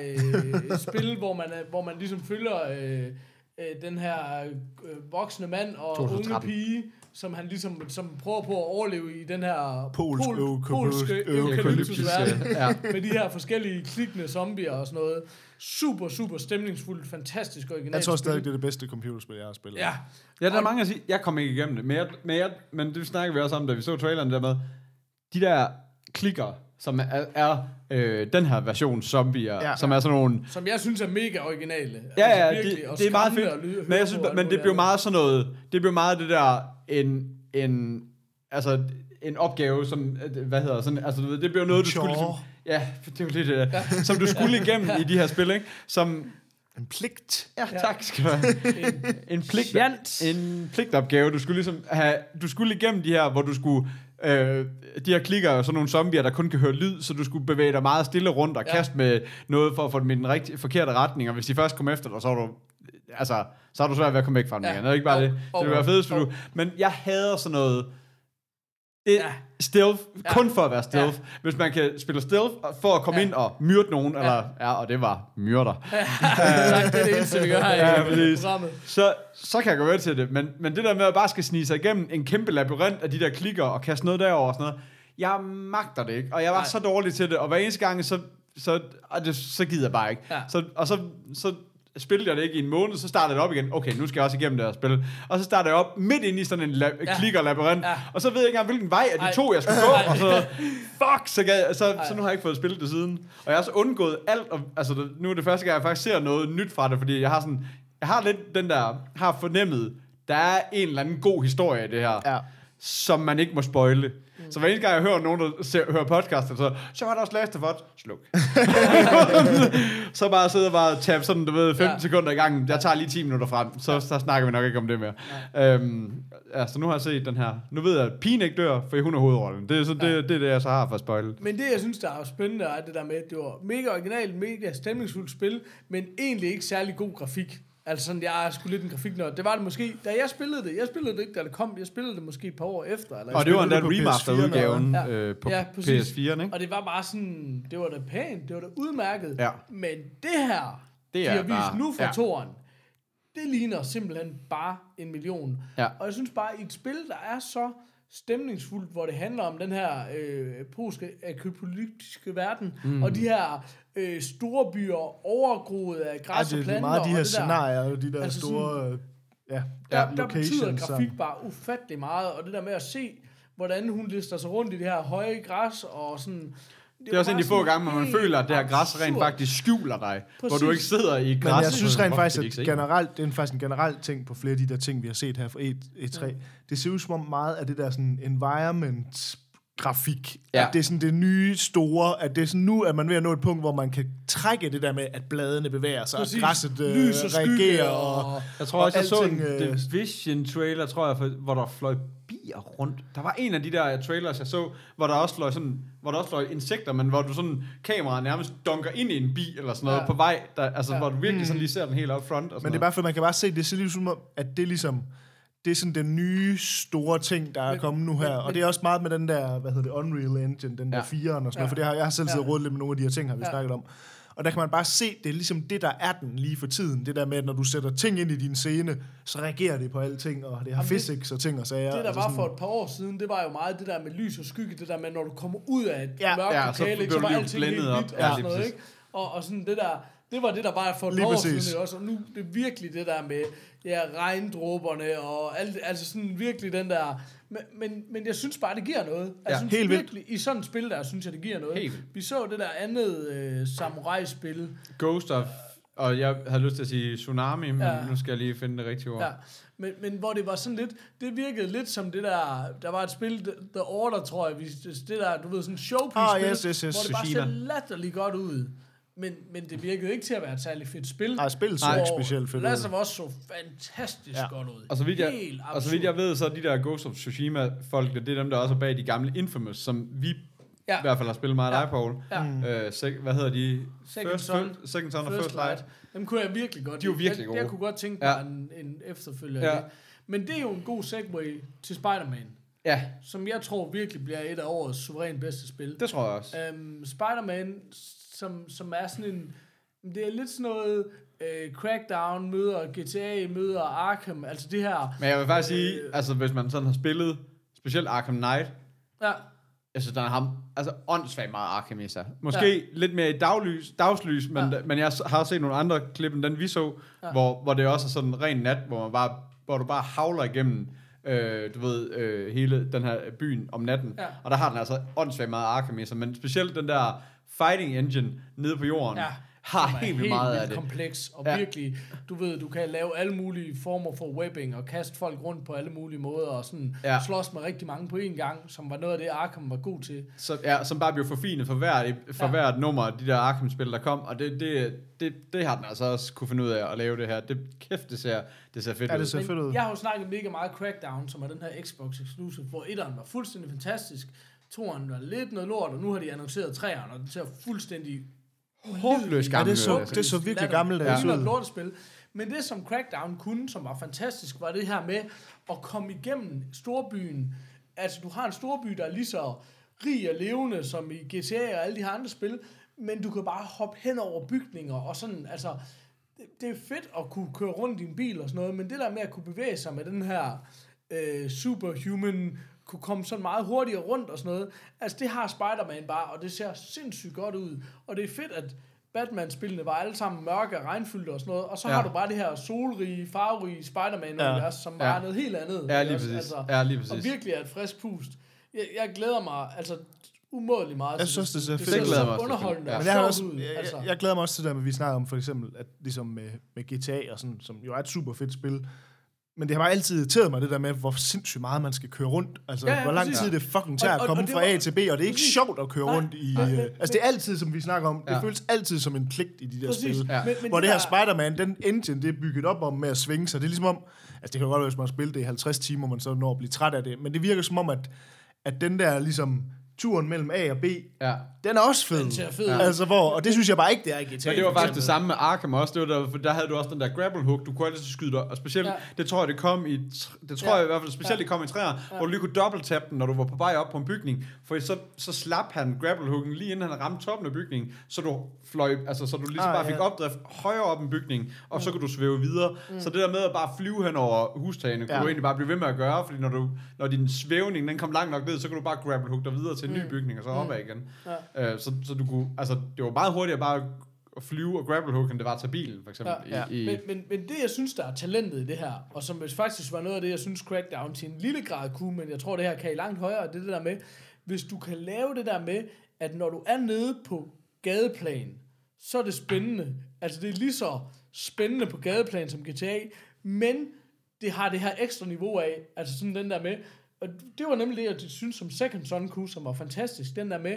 her uh, spil, hvor man, hvor man ligesom følger uh, uh, den her uh, voksne mand og unge pige, som han ligesom som prøver på at overleve i den her polsk pol, polske eukalyptusverden ja. med de her forskellige klikkende zombier og sådan noget. Super, super stemningsfuldt, fantastisk originalt. Jeg tror stadig, det er det bedste computerspil, jeg har spillet. Ja, ja der er mange at sige, jeg kom ikke igennem det, men, jeg, men, jeg, men det snakker vi også om, da vi så traileren der med, de der klikker, som er, er øh, den her version zombier, ja. som er sådan nogle... Som jeg synes er mega originale. Ja, ja, altså, virkelig, det, det er meget fedt, lyde, men, jeg synes, men det bliver meget sådan noget, det bliver meget det der, en, en, altså en opgave, som, hvad hedder sådan, altså det bliver noget, du skulle ligesom, ja, det er jo lidt det ja. som du skulle igennem i de her spil, ikke? Som... En pligt. Ja, tak skal du have. En, en, pligt, en pligtopgave, du skulle ligesom have, du skulle igennem de her, hvor du skulle... Øh, de her klikker er sådan nogle zombier, der kun kan høre lyd, så du skulle bevæge dig meget stille rundt og ja. kaste med noget for at få dem i den rigtige, forkerte retning, og hvis de først kom efter dig, så er du, altså, så er du svært ved at komme væk fra dem ja. igen. Det er ikke bare oh, det. Oh, det vil være fedest for oh. du. Men jeg hader sådan noget det, ja. stealth, ja. kun for at være stealth. Ja. Hvis man kan spille stealth for at komme ja. ind og myrde nogen, ja. eller, ja, og det var myrder. Ja. det er det eneste, vi gør her ja, i programmet. Så, så kan jeg gå med til det. Men, men det der med at bare skal snige sig igennem en kæmpe labyrint af de der klikker og kaste noget derover og sådan noget, jeg magter det ikke. Og jeg var Nej. så dårlig til det. Og hver eneste gang, så, så, det, så gider jeg bare ikke. Ja. Så, og så... så spillede jeg det ikke i en måned, så startede jeg op igen. Okay, nu skal jeg også igennem det her spil. Og så startede jeg op midt inde i sådan en la- ja. klikker-labyrint. Ja. Og så ved jeg ikke engang, hvilken vej af de Ej. to, jeg skulle gå. Og så, fuck, så, gad, så, så nu har jeg ikke fået spillet det siden. Og jeg har også undgået alt. Og, altså, det, nu er det første gang, jeg faktisk ser noget nyt fra det, fordi jeg har sådan, jeg har lidt den der, har fornemmet, der er en eller anden god historie i det her, ja. som man ikke må spoile. Mm. Så hver eneste gang jeg hører nogen, der ser, hører podcaster, så, så var der også Last of Us. Sluk. Så bare sidde og bare tabe sådan, du ved, femten ja. sekunder i gangen. Jeg tager lige ti minutter frem, så, så snakker vi nok ikke om det mere. Ja. Øhm, ja, så nu har jeg set den her. Nu ved jeg, at pigen ikke dør, for hun er hovedrollen. Det er så, ja. det, det, er det, jeg så har for at spoile. Men det, jeg synes, der er spændende, er det der med, at det var mega originalt, mega stemningsfuldt spil, men egentlig ikke særlig god grafik. Altså sådan, jeg er sgu lidt en grafiknørd. Det var det måske, da jeg spillede det. Jeg spillede det ikke, da det kom. Jeg spillede det måske et par år efter. Eller og det var en den remaster-udgaven ja. øh, på ja, P S fire, ikke? Og det var bare sådan, det var da pænt, det var da udmærket. Ja. Men det her, det de har vist bare, nu fra ja. toren, det ligner simpelthen bare en million. Ja. Og jeg synes bare, i et spil, der er så stemningsfuldt, hvor det handler om den her øh, polske apokalyptiske verden, mm. og de her øh, store byer overgroet af græs ja, og planter. Det er meget de her og scenarier, og de der altså store sådan, ja, der, der betyder grafik bare ufattelig meget, og det der med at se, hvordan hun lister sig rundt i det her høje græs, og sådan... Det, det er også en af de få gange, hvor man føler, at det her græs rent faktisk skjuler dig, Præcis. hvor du ikke sidder i græs. Men jeg synes rent faktisk, at generelt, det er faktisk en generel ting på flere af de der ting, vi har set her fra E tre. Ja. Det ser ud som om meget af det der sådan environment grafik. Ja. At det er sådan det nye store, at det er sådan nu, at man er ved at nå et punkt, hvor man kan trække det der med, at bladene bevæger sig, Præcis. og græsset øh, reagerer. Og, og, jeg tror også, jeg så en øh, Division trailer, tror jeg, hvor der fløj bier rundt. Der var en af de der trailers, jeg så, hvor der også fløj sådan, hvor der også fløj insekter, men hvor du sådan, kameraet nærmest dunker ind i en bi, eller sådan noget, ja. på vej, der, altså ja. hvor du virkelig sådan lige ser den helt up front. Og men det er bare, for man kan bare se, det ser lige som, at det ligesom, det er sådan den nye store ting, der er men, kommet nu her. Men, og det er også meget med den der, hvad hedder det, Unreal Engine, den der ja. fire'eren og sådan ja. noget, for det har jeg har selv siddet og rodet lidt med nogle af de her ting, har vi ja. snakket om. Og der kan man bare se, det er ligesom det, der er den lige for tiden. Det der med, at når du sætter ting ind i din scene, så reagerer det på alting, og det har Jamen physics det, og ting og sager. Det, der altså var sådan, for et par år siden, det var jo meget det der med lys og skygge, det der med, når du kommer ud af et ja. mørkt ja, lokale, så, så var alting helt hvidt og ja, sådan noget, ikke? Og, og sådan det der, det var det, der var for et Lige år præcis. siden også, og nu det er virkelig det der med ja, regndråberne og alt, altså sådan virkelig den der, men, men, men jeg synes bare, det giver noget. Altså, Ja, jeg synes helt vildt. virkelig, i sådan et spil der, synes jeg, det giver noget. Helt vildt. Vi så det der andet øh, samurai-spil, Ghost of, og jeg havde lyst til at sige Tsunami, men Ja. nu skal jeg lige finde det rigtige ord. ja, men, men hvor det var sådan lidt, det virkede lidt som det der, der var et spil, The Order, tror jeg, vi- det der, du ved, sådan en showpiece-spil, Ah, yes, yes, yes. hvor det bare ser Tsushima. latterligt godt ud. Men, men det virkede ikke til at være et særligt fedt spil. Nej, spillet så Hvor ikke specielt fedt Last ud. of Us så fantastisk Ja. godt ud. Og så vidt jeg, Helt og så vidt jeg absurd. ved, så er de der Ghost of Tsushima-folk, det er dem, der også er bag de gamle Infamous, som vi Ja. i hvert fald har spillet meget Ja. ja. Paul. Ja. Mm. Øh, sek- hvad hedder de? Second First, Son. Second Son og First First Light. Dem kunne jeg virkelig godt De er jo lide. virkelig jeg, gode. Jeg kunne godt tænke Ja. mig en, en efterfølger Ja. af det. Men det er jo en god segue til Spider-Man, Ja, som jeg tror virkelig bliver et af årets suverænt bedste spil. det tror jeg også. Øhm, Spider-Man, som, som er sådan en... Det er lidt sådan noget... Øh, Crackdown møder G T A, møder Arkham, altså det her... Men jeg vil faktisk sige, Øh, altså hvis man sådan har spillet, specielt Arkham Knight, Ja, jeg synes, der er ham, altså åndssvagt meget Arkham i sig. Måske ja. lidt mere i daglys, dagslys, men, Ja. ja. men jeg har set nogle andre klip, end den vi så, Ja. ja. hvor, hvor det også er sådan ren nat, hvor, man bare, hvor du bare havler igennem, øh, du ved, øh, hele den her byen om natten. Ja. Og der har den altså åndssvagt meget Arkham i sig, men specielt den der fighting engine nede på jorden, ja. har som er helt vildt meget af det. kompleks, og Ja. virkelig, du ved, du kan lave alle mulige former for webbing, og kaste folk rundt på alle mulige måder, og sådan Ja. slås med rigtig mange på én gang, som var noget af det, Arkham var god til. Så, ja, som bare bliver forfinet for hvert, for Ja. ja. hvert nummer af de der Arkham-spil, der kom, og det, det, det, det har den altså også kunne finde ud af at lave det her. Det, kæft, det ser, det ser fedt Ja, det ud. ser fedt ud. Jeg har jo snakket mega meget Crackdown, som er den her Xbox exclusive, hvor etteren var fuldstændig fantastisk, toeren var lidt noget lort, og nu har de annonceret treeren, og den ser fuldstændig Håbløst Ja, gammel. det så, ud. det så virkelig Latterligt. gammeldags Det er et ud. lortespil. Men det, som Crackdown kunne, som var fantastisk, var det her med at komme igennem storbyen. Altså, du har en storby, der er lige så rig og levende, som i G T A og alle de her andre spil, men du kan bare hoppe hen over bygninger, og sådan, altså, det, det er fedt at kunne køre rundt i en bil og sådan noget, men det der med at kunne bevæge sig med den her øh, superhuman, kunne komme sådan meget hurtigere rundt og sådan noget, altså det har Spider-Man bare, og det ser sindssygt godt ud, og det er fedt, at Batman-spillene var alle sammen mørke og regnfyldte og sådan noget, og så ja. Ja. har du bare det her solrige, farverige Spider-Man-univers, ja. som bare Ja. er noget helt andet. Ja, lige Også, præcis. Altså, Ja, lige og præcis. virkelig er et frisk pust. Jeg, jeg glæder mig, altså umådeligt meget. Jeg til synes, det ser fedt det ud. ser glæder mig også til. underholdende Ja. og Men jeg, har sjovt også, ud. jeg, Altså. jeg, jeg glæder mig også til det, med vi snakker om for eksempel, at ligesom med, med G T A og sådan, som jo er et super fedt spil, men det har bare altid irriteret mig, det der med, hvor sindssygt meget man skal køre rundt. Altså, Ja, ja, ja, hvor lang præcis. tid det fucking tager Og- at og- komme og det fra var- A til B, og det er ikke præcis. sjovt at køre Nej, rundt i... nej, øh, men- altså, det er altid, som vi snakker om, det Ja. føles altid som en pligt i de der Præcis. spil. Ja. Men, men Hvor det der- her Spider-Man, den engine, det er bygget op om med at svinge sig. Det er ligesom om, altså det kan godt være, hvis man har spillet det i halvtreds timer, man så når at blive træt af det, men det virker som om, at, at den der ligesom turen mellem A og B, Ja. den er også fed. Den ser fed ud. Altså, hvor, og det synes jeg bare ikke, det er i G T A. Men det var for faktisk eksempel. det samme med Arkham også. Det var der, for der havde du også den der grapple hook, du kunne altid skyde dig. Og specielt, Ja. ja. det tror jeg, det kom i, tr- det tror Ja. ja. jeg i hvert fald, specielt Ja. det kom i træer, ja. hvor du lige kunne dobbelt-tappe den, når du var på vej op på en bygning. For så, så slap han grapple hooken lige inden han ramte toppen af bygningen, så du fløj, altså så du ligesom Ah, bare fik ja. opdrift højere op en bygning, og mm. så kunne du svæve videre. Mm. Så det der med at bare flyve hen over hustagene, kunne Ja. du egentlig bare blive ved med at gøre, fordi når, du, når din svævning, den kom langt nok ned, så kunne du bare grapple hook dig videre til en ny bygning, og så opad igen. Ja. Øh, så, så du kunne, altså det var meget hurtigere bare at flyve og grapple hook, end det var til bilen, for eksempel. Ja, ja. I, i, Men, men, men det, jeg synes, der er talentet i det her, og som faktisk var noget af det, jeg synes, Crackdown til en lille grad kunne, men jeg tror, det her kan i langt højere, det er det der med, hvis du kan lave det der med, at når du er nede på gadeplan, så er det spændende. Altså, det er lige så spændende på gadeplan som G T A, men det har det her ekstra niveau af, altså sådan den der med, og det var nemlig det, jeg synes, som Second Son kunne, som var fantastisk, den der med,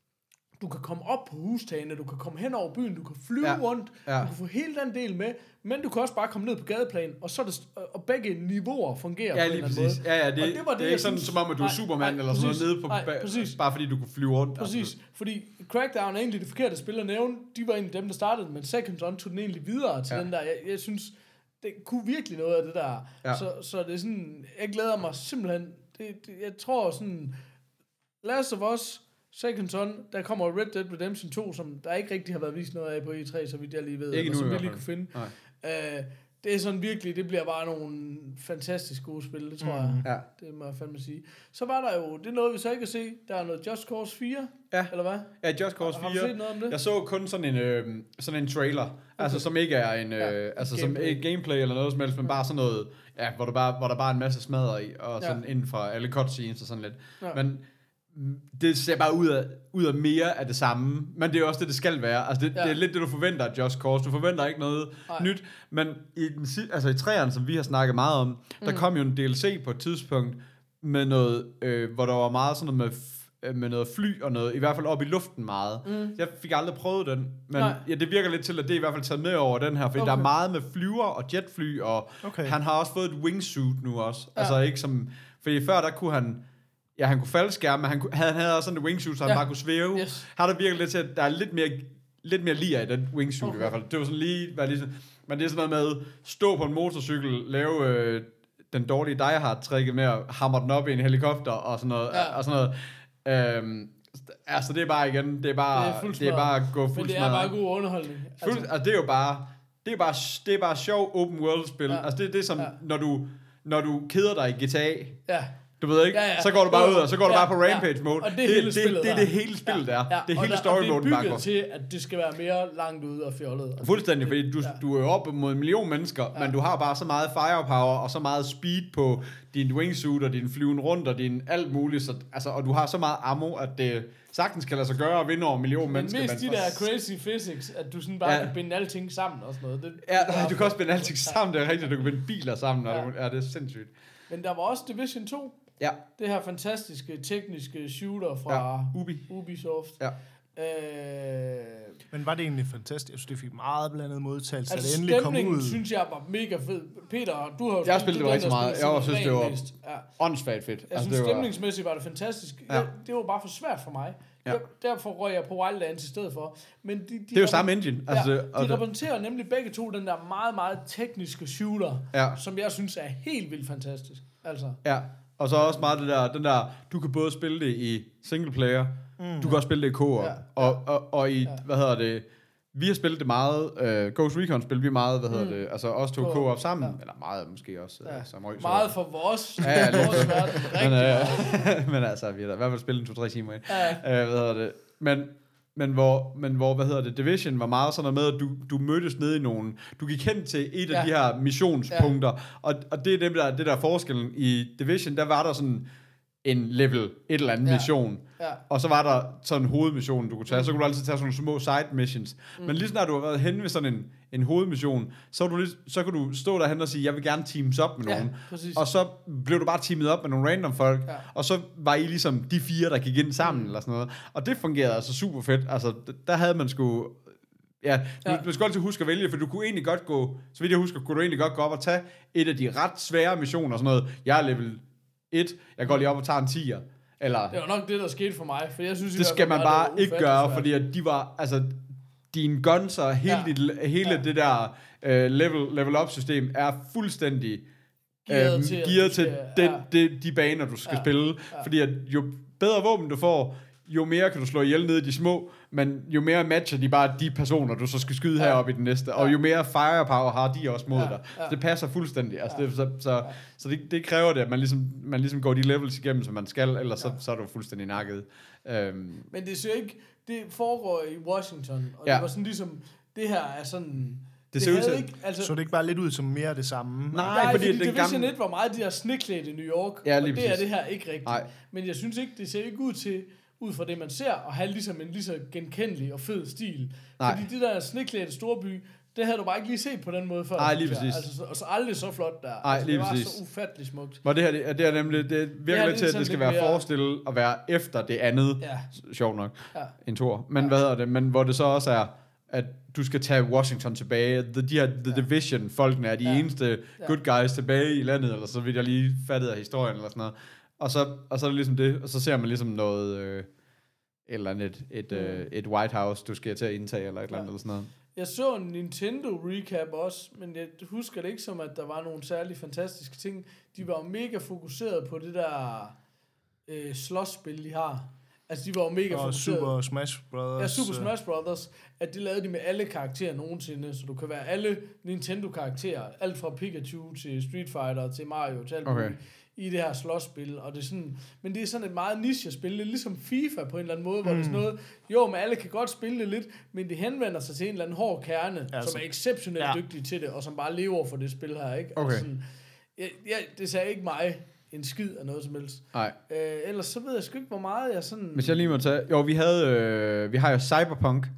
du kan komme op på hustagene, du kan komme hen over byen, du kan flyve Ja. rundt, Ja. du kan få hele den del med, men du kan også bare komme ned på gadeplan, og så er det, og begge niveauer fungerer ja, på en lige eller anden præcis. måde. Ja, ja, det, Og det, det var det, det er jeg ikke sådan, synes- som om, at du er Nej, Superman nej, eller sådan noget præcis. nede på, Nej, ba- præcis. bare fordi du kunne flyve rundt. Præcis, Altså. fordi Crackdown er egentlig det forkerte spil at nævne. De var egentlig dem, der startede, men Second Son tog den egentlig videre til Ja. den der. Jeg, jeg synes, det kunne virkelig noget af det der. Ja. Så, så det er sådan, jeg glæder mig simpelthen. Det, det, jeg tror sådan, Last of Us, Second Son, der kommer Red Dead Redemption to, som der ikke rigtig har været vist noget af på E tre, så vidt jeg lige ved. Ikke eller endnu som i jeg hvert lige kunne fald. finde. Nej. Øh, det er sådan virkelig, det bliver bare nogle fantastisk gode spil, det tror mm. jeg. Ja. Det må jeg fandme sige. Så var der jo, det er noget, vi så ikke kan se, der er noget Just Cause fire, Ja. eller hvad? Ja, Just Cause Har, fire. har du set noget om det? Jeg så kun sådan en, øh, sådan en trailer, okay. altså som ikke er en, øh, Ja, altså gameplay. som ikke gameplay eller noget som helst, men bare sådan noget, ja, hvor der bare, hvor der bare er en masse smadder i, og sådan Ja. inden for alle cutscenes og sådan lidt. Ja. Men det ser bare ud af, ud af mere af det samme, men det er også det, det skal være. Altså det, Ja. det er lidt det, du forventer af Just Cause. Du forventer ikke noget Nej. nyt, men i, den, si- altså i træerne, som vi har snakket meget om, der Mm. kom jo en D L C på et tidspunkt, med noget, øh, hvor der var meget sådan noget med, f- øh, med noget fly og noget, i hvert fald op i luften meget. Mm. Jeg fik aldrig prøvet den, men ja, det virker lidt til, at det er i hvert fald taget med over den her, fordi okay. der er meget med flyver og jetfly, og Okay. han har også fået et wingsuit nu også. Ja. Altså ikke som, fordi før der kunne han, ja, han kunne faldskærme, men han, kunne, han havde også sådan et wingsuit, så han Ja. bare kunne svæve. Yes. Her er der virkelig lidt til, at der er lidt mere, lidt mere lir i den wingsuit okay. i hvert fald. Det var sådan lige, hvad lige, men det er sådan noget med, stå på en motorcykel, lave øh, den dårlige Die Hard-tricket med at hamre den op i en helikopter, og sådan noget. Ja. Og sådan noget. Øhm, altså det er bare igen, det er bare, Det er det er, fuldsmadret. bare at gå Men fuldt det er bare god underholdning. Fuld, altså, det er jo bare, det er bare, det er bare sjov open world spil. Ja. Altså det er det som, Ja. når du, når du keder dig i G T A, ja. du ved ikke, Ja, ja. så går du bare ud, og så går du Ja, bare på rampage mode. Og det er hele det, spillet det, det er der. det hele spillet der. Ja. Det er Og hele der- story og mode, det er bare går. bygget til, at det skal være mere langt ude og fjollet. Og Fuldstændig, fordi du, Ja. du er jo op mod en million mennesker, ja. men du har bare så meget firepower og så meget speed på din wingsuit og din flyven rundt og din alt muligt, så, altså, og du har så meget ammo, at det sagtens kan lade sig gøre at vinde over en million Men mennesker. mest de for- der crazy physics, at du sådan bare Ja. kan binde alting sammen og sådan noget. Det, Ja, nej, du kan også binde alting sammen, det er rigtigt, du kan binde biler sammen, og Ja. du, ja, det er sindssygt. Men der var også Division to. Ja, Det her fantastiske tekniske shooter fra ja, Ubi. Ubisoft. Ja. Øh, Men var det egentlig fantastisk? Jeg synes, det fik meget blandet modtagelse, altså da det endelig kom stemningen ud. synes jeg var mega fed. Peter, du har jo Jeg spillede det du er rigtig den, der meget. spillede Jeg sådan synes, det var- renmest. Ja. Åndssvagt fedt. Jeg Altså, synes, det var- stemningsmæssigt var det fantastisk. Ja. Ja. Det var bare for svært for mig. Ja. Ja. Derfor røg jeg på Wildlands i stedet for. Men de, de Det er jo samme engine. Altså, Ja, det- og de det- repræsenterer nemlig begge to den der meget, meget tekniske shooter, Ja. som jeg synes er helt vildt fantastisk. Altså, Ja, og så også meget det der, den der, du kan både spille det i single player, mm. du kan også spille det i co-op, Ja. og, og, og i, ja. hvad hedder det, vi har spillet det meget, uh, Ghost Recon spillede vi meget, hvad hedder Mm. det, altså os to Co-op, co-op sammen, ja. eller meget måske også, Ja. ja. som Røg, meget for vores, Ja, ja, lidt. vores verden. men, Rigtig øh, men altså, vi har da i hvert fald spillet en to-tre timer i. Ja. Uh, hvad hedder det, men, men hvor, men hvor, hvad hedder det, Division var meget sådan noget med, at du, du mødtes ned i nogen, du gik hen til et Ja. af de her missionspunkter, ja. og, og det er dem der, det der er forskellen i Division, der var der sådan en level, et eller andet Ja. ja. mission, Ja. og så var der sådan en hovedmission, du kunne tage, så kunne du altid tage sådan nogle små side missions, Mm. men lige snart du har været henne ved sådan en, en hovedmission, så, var du lige, så kan du stå derhen og sige, jeg vil gerne teams op med Ja, nogen, præcis. og så blev du bare teamet op med nogle random folk, Ja. og så var I ligesom de fire, der gik ind sammen, Mm. eller sådan noget. Og det fungerede altså super fedt. Altså, d- der havde man sgu... Ja, du, Ja. du skal altid huske at vælge, for du kunne egentlig godt gå... Så vidt jeg husker, kunne du egentlig godt gå op og tage et af de ret svære missioner, og sådan noget. Jeg er level et, jeg går lige op og tager en tier. Eller, Det var nok det, der skete for mig, for jeg synes, i det hvert skal fald man var bare det ikke ufattelig gøre, svært. fordi at de var... Altså, dine guns og hele, Ja. ja. dit, hele Ja. ja. det der uh, level, level up system er fuldstændig Gearet øhm, til, at gearet du til skal- den, ja. de, de baner, du skal Ja. ja. spille. Ja. Fordi at jo bedre våben du får, jo mere kan du slå ihjel ned i de små, men jo mere matcher de bare de personer, du så skal skyde Ja. heroppe i den næste. Og Ja. jo mere firepower har de også mod Ja. dig. Ja. Så det passer fuldstændig. Altså, Ja. det, så så, så det, det kræver det, at man ligesom, man ligesom går de levels igennem, som man skal, ellers så, så er du fuldstændig nakket. Øhm, Men det ser ikke, det foregår i Washington, og Ja. det var sådan ligesom, det her er sådan... Det ser ud havde til- ikke, altså, Så det ikke bare lidt ud som mere af det samme? Nej, nej, fordi fordi den Division gamle- et var meget de her sneklædte New York, Ja, og lige det er præcis. det her ikke rigtigt. Nej. Men jeg synes ikke, det ser ikke ud til, ud fra det man ser, at have ligesom en lige så genkendelig og fed stil. Nej. Fordi det der sneklædte storby, det havde du bare ikke lige set på den måde før. Nej, synes lige jeg. præcis. Altså, så- og så aldrig så flot der. Nej, altså, lige det var præcis. så ufattelig smukt. Hvor det her, det, det er nemlig, det virker Ja, lidt det er til, at sådan det skal lidt være mere- forestillet at være efter det andet. Ja. Sjovt nok. Ja. En tor. Men ja. hvad hedder det? Men hvor det så også er, at du skal tage Washington tilbage. The, de her The Ja. Division-folkene er de Ja. eneste Ja. good guys tilbage i landet, eller så vidt jeg lige fattede af historien, eller sådan noget. Og så, og så er det ligesom det, og så ser man ligesom noget, øh, et eller andet, et, et, Mm. øh, et White House, du skal til at indtage, eller et eller andet, Ja. eller sådan noget. Jeg så en Nintendo recap også, men jeg husker det ikke som, at der var nogle særlig fantastiske ting. De var jo mega fokuseret på det der øh, slåsspil, de har. Altså, de var jo mega Og fokuseret. Super Smash Brothers. Ja, Super Smash Brothers, at de lavede de med alle karakterer nogensinde, så du kan være alle Nintendo-karakterer, alt fra Pikachu til Street Fighter til Mario til alt Okay. muligt, i det her slåsspil, og det er sådan, men det er sådan et meget niche-spil, det er ligesom FIFA på en eller anden måde, hvor mm. det er sådan noget, jo, men alle kan godt spille det lidt, men det henvender sig til en eller anden hård kerne, Ja, som så- er exceptionelt ja. dygtig til det, og som bare lever for det spil her, ikke? Okay. Og sådan, ja, ja, det sagde ikke mig en skid af noget som helst. Nej. Øh, ellers så ved jeg sgu ikke, hvor meget jeg sådan... Hvis jeg lige må tage... Jo, vi havde... Øh, vi har jo Cyberpunk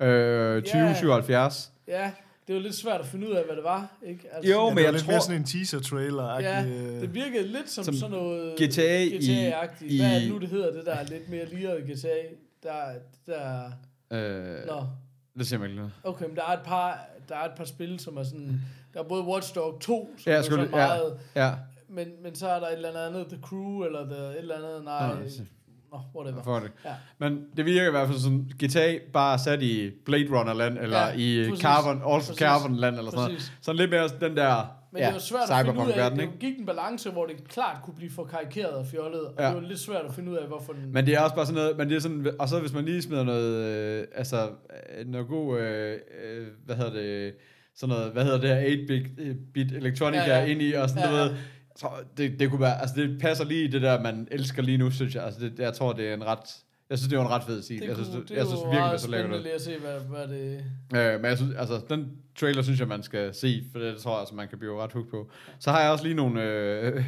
øh, tyve syvoghalvfjerds. Ja, det var lidt svært at finde ud af, hvad det var, ikke? Altså, Jo, Ja, men det var jeg lidt tror- mere sådan en teaser-trailer. Ja, det virkede lidt som, Som sådan noget G T A i- G T A-agtigt. Hvad er det i- nu, det hedder, det der er lidt mere lirret G T A? Der, der... Øh, Nå, det siger mig ikke noget. okay, men der er et par, der er et par spil, som er sådan... Der er både Watch Dogs to, som Ja, er skulle sådan ja. meget... Ja. Men, men så er der et eller andet, The Crew, eller the, et eller andet, nej... Nå, Nå, whatever. For det. Ja. Men det virker i hvert fald som G T A bare sat i Blade Runner land, eller Ja, ja, i præcis. Carbon, also Præcis. Carbon land, eller sådan Præcis. noget. Så lidt mere den der Men ja, det var svært at finde ud af, cyberpunk-verden, det ikke? gik en balance, hvor det klart kunne blive for karikeret og fjollet, og Ja. det var lidt svært at finde ud af, hvorfor den... Men det er også bare sådan noget, men det er sådan, og så hvis man lige smider noget, øh, altså, øh, noget god, øh, øh, hvad hedder det, sådan noget, hvad hedder det her, otte-bit elektronika Ja, ja. ind i, og sådan, Ja, du ja. ved, så det, det kunne være, altså det passer lige i det der, man elsker lige nu, synes jeg, altså det, jeg tror, det er en ret, jeg synes, det var en ret fed stil, Det, jeg kunne, synes, det, jeg synes var virkelig, meget det så lavet spændende det. lige at se, hvad, hvad det... Øh, men jeg synes, altså, den trailer synes jeg, man skal se, for det tror jeg, altså, man kan blive ret hooked på. Så har jeg også lige nogle, øh,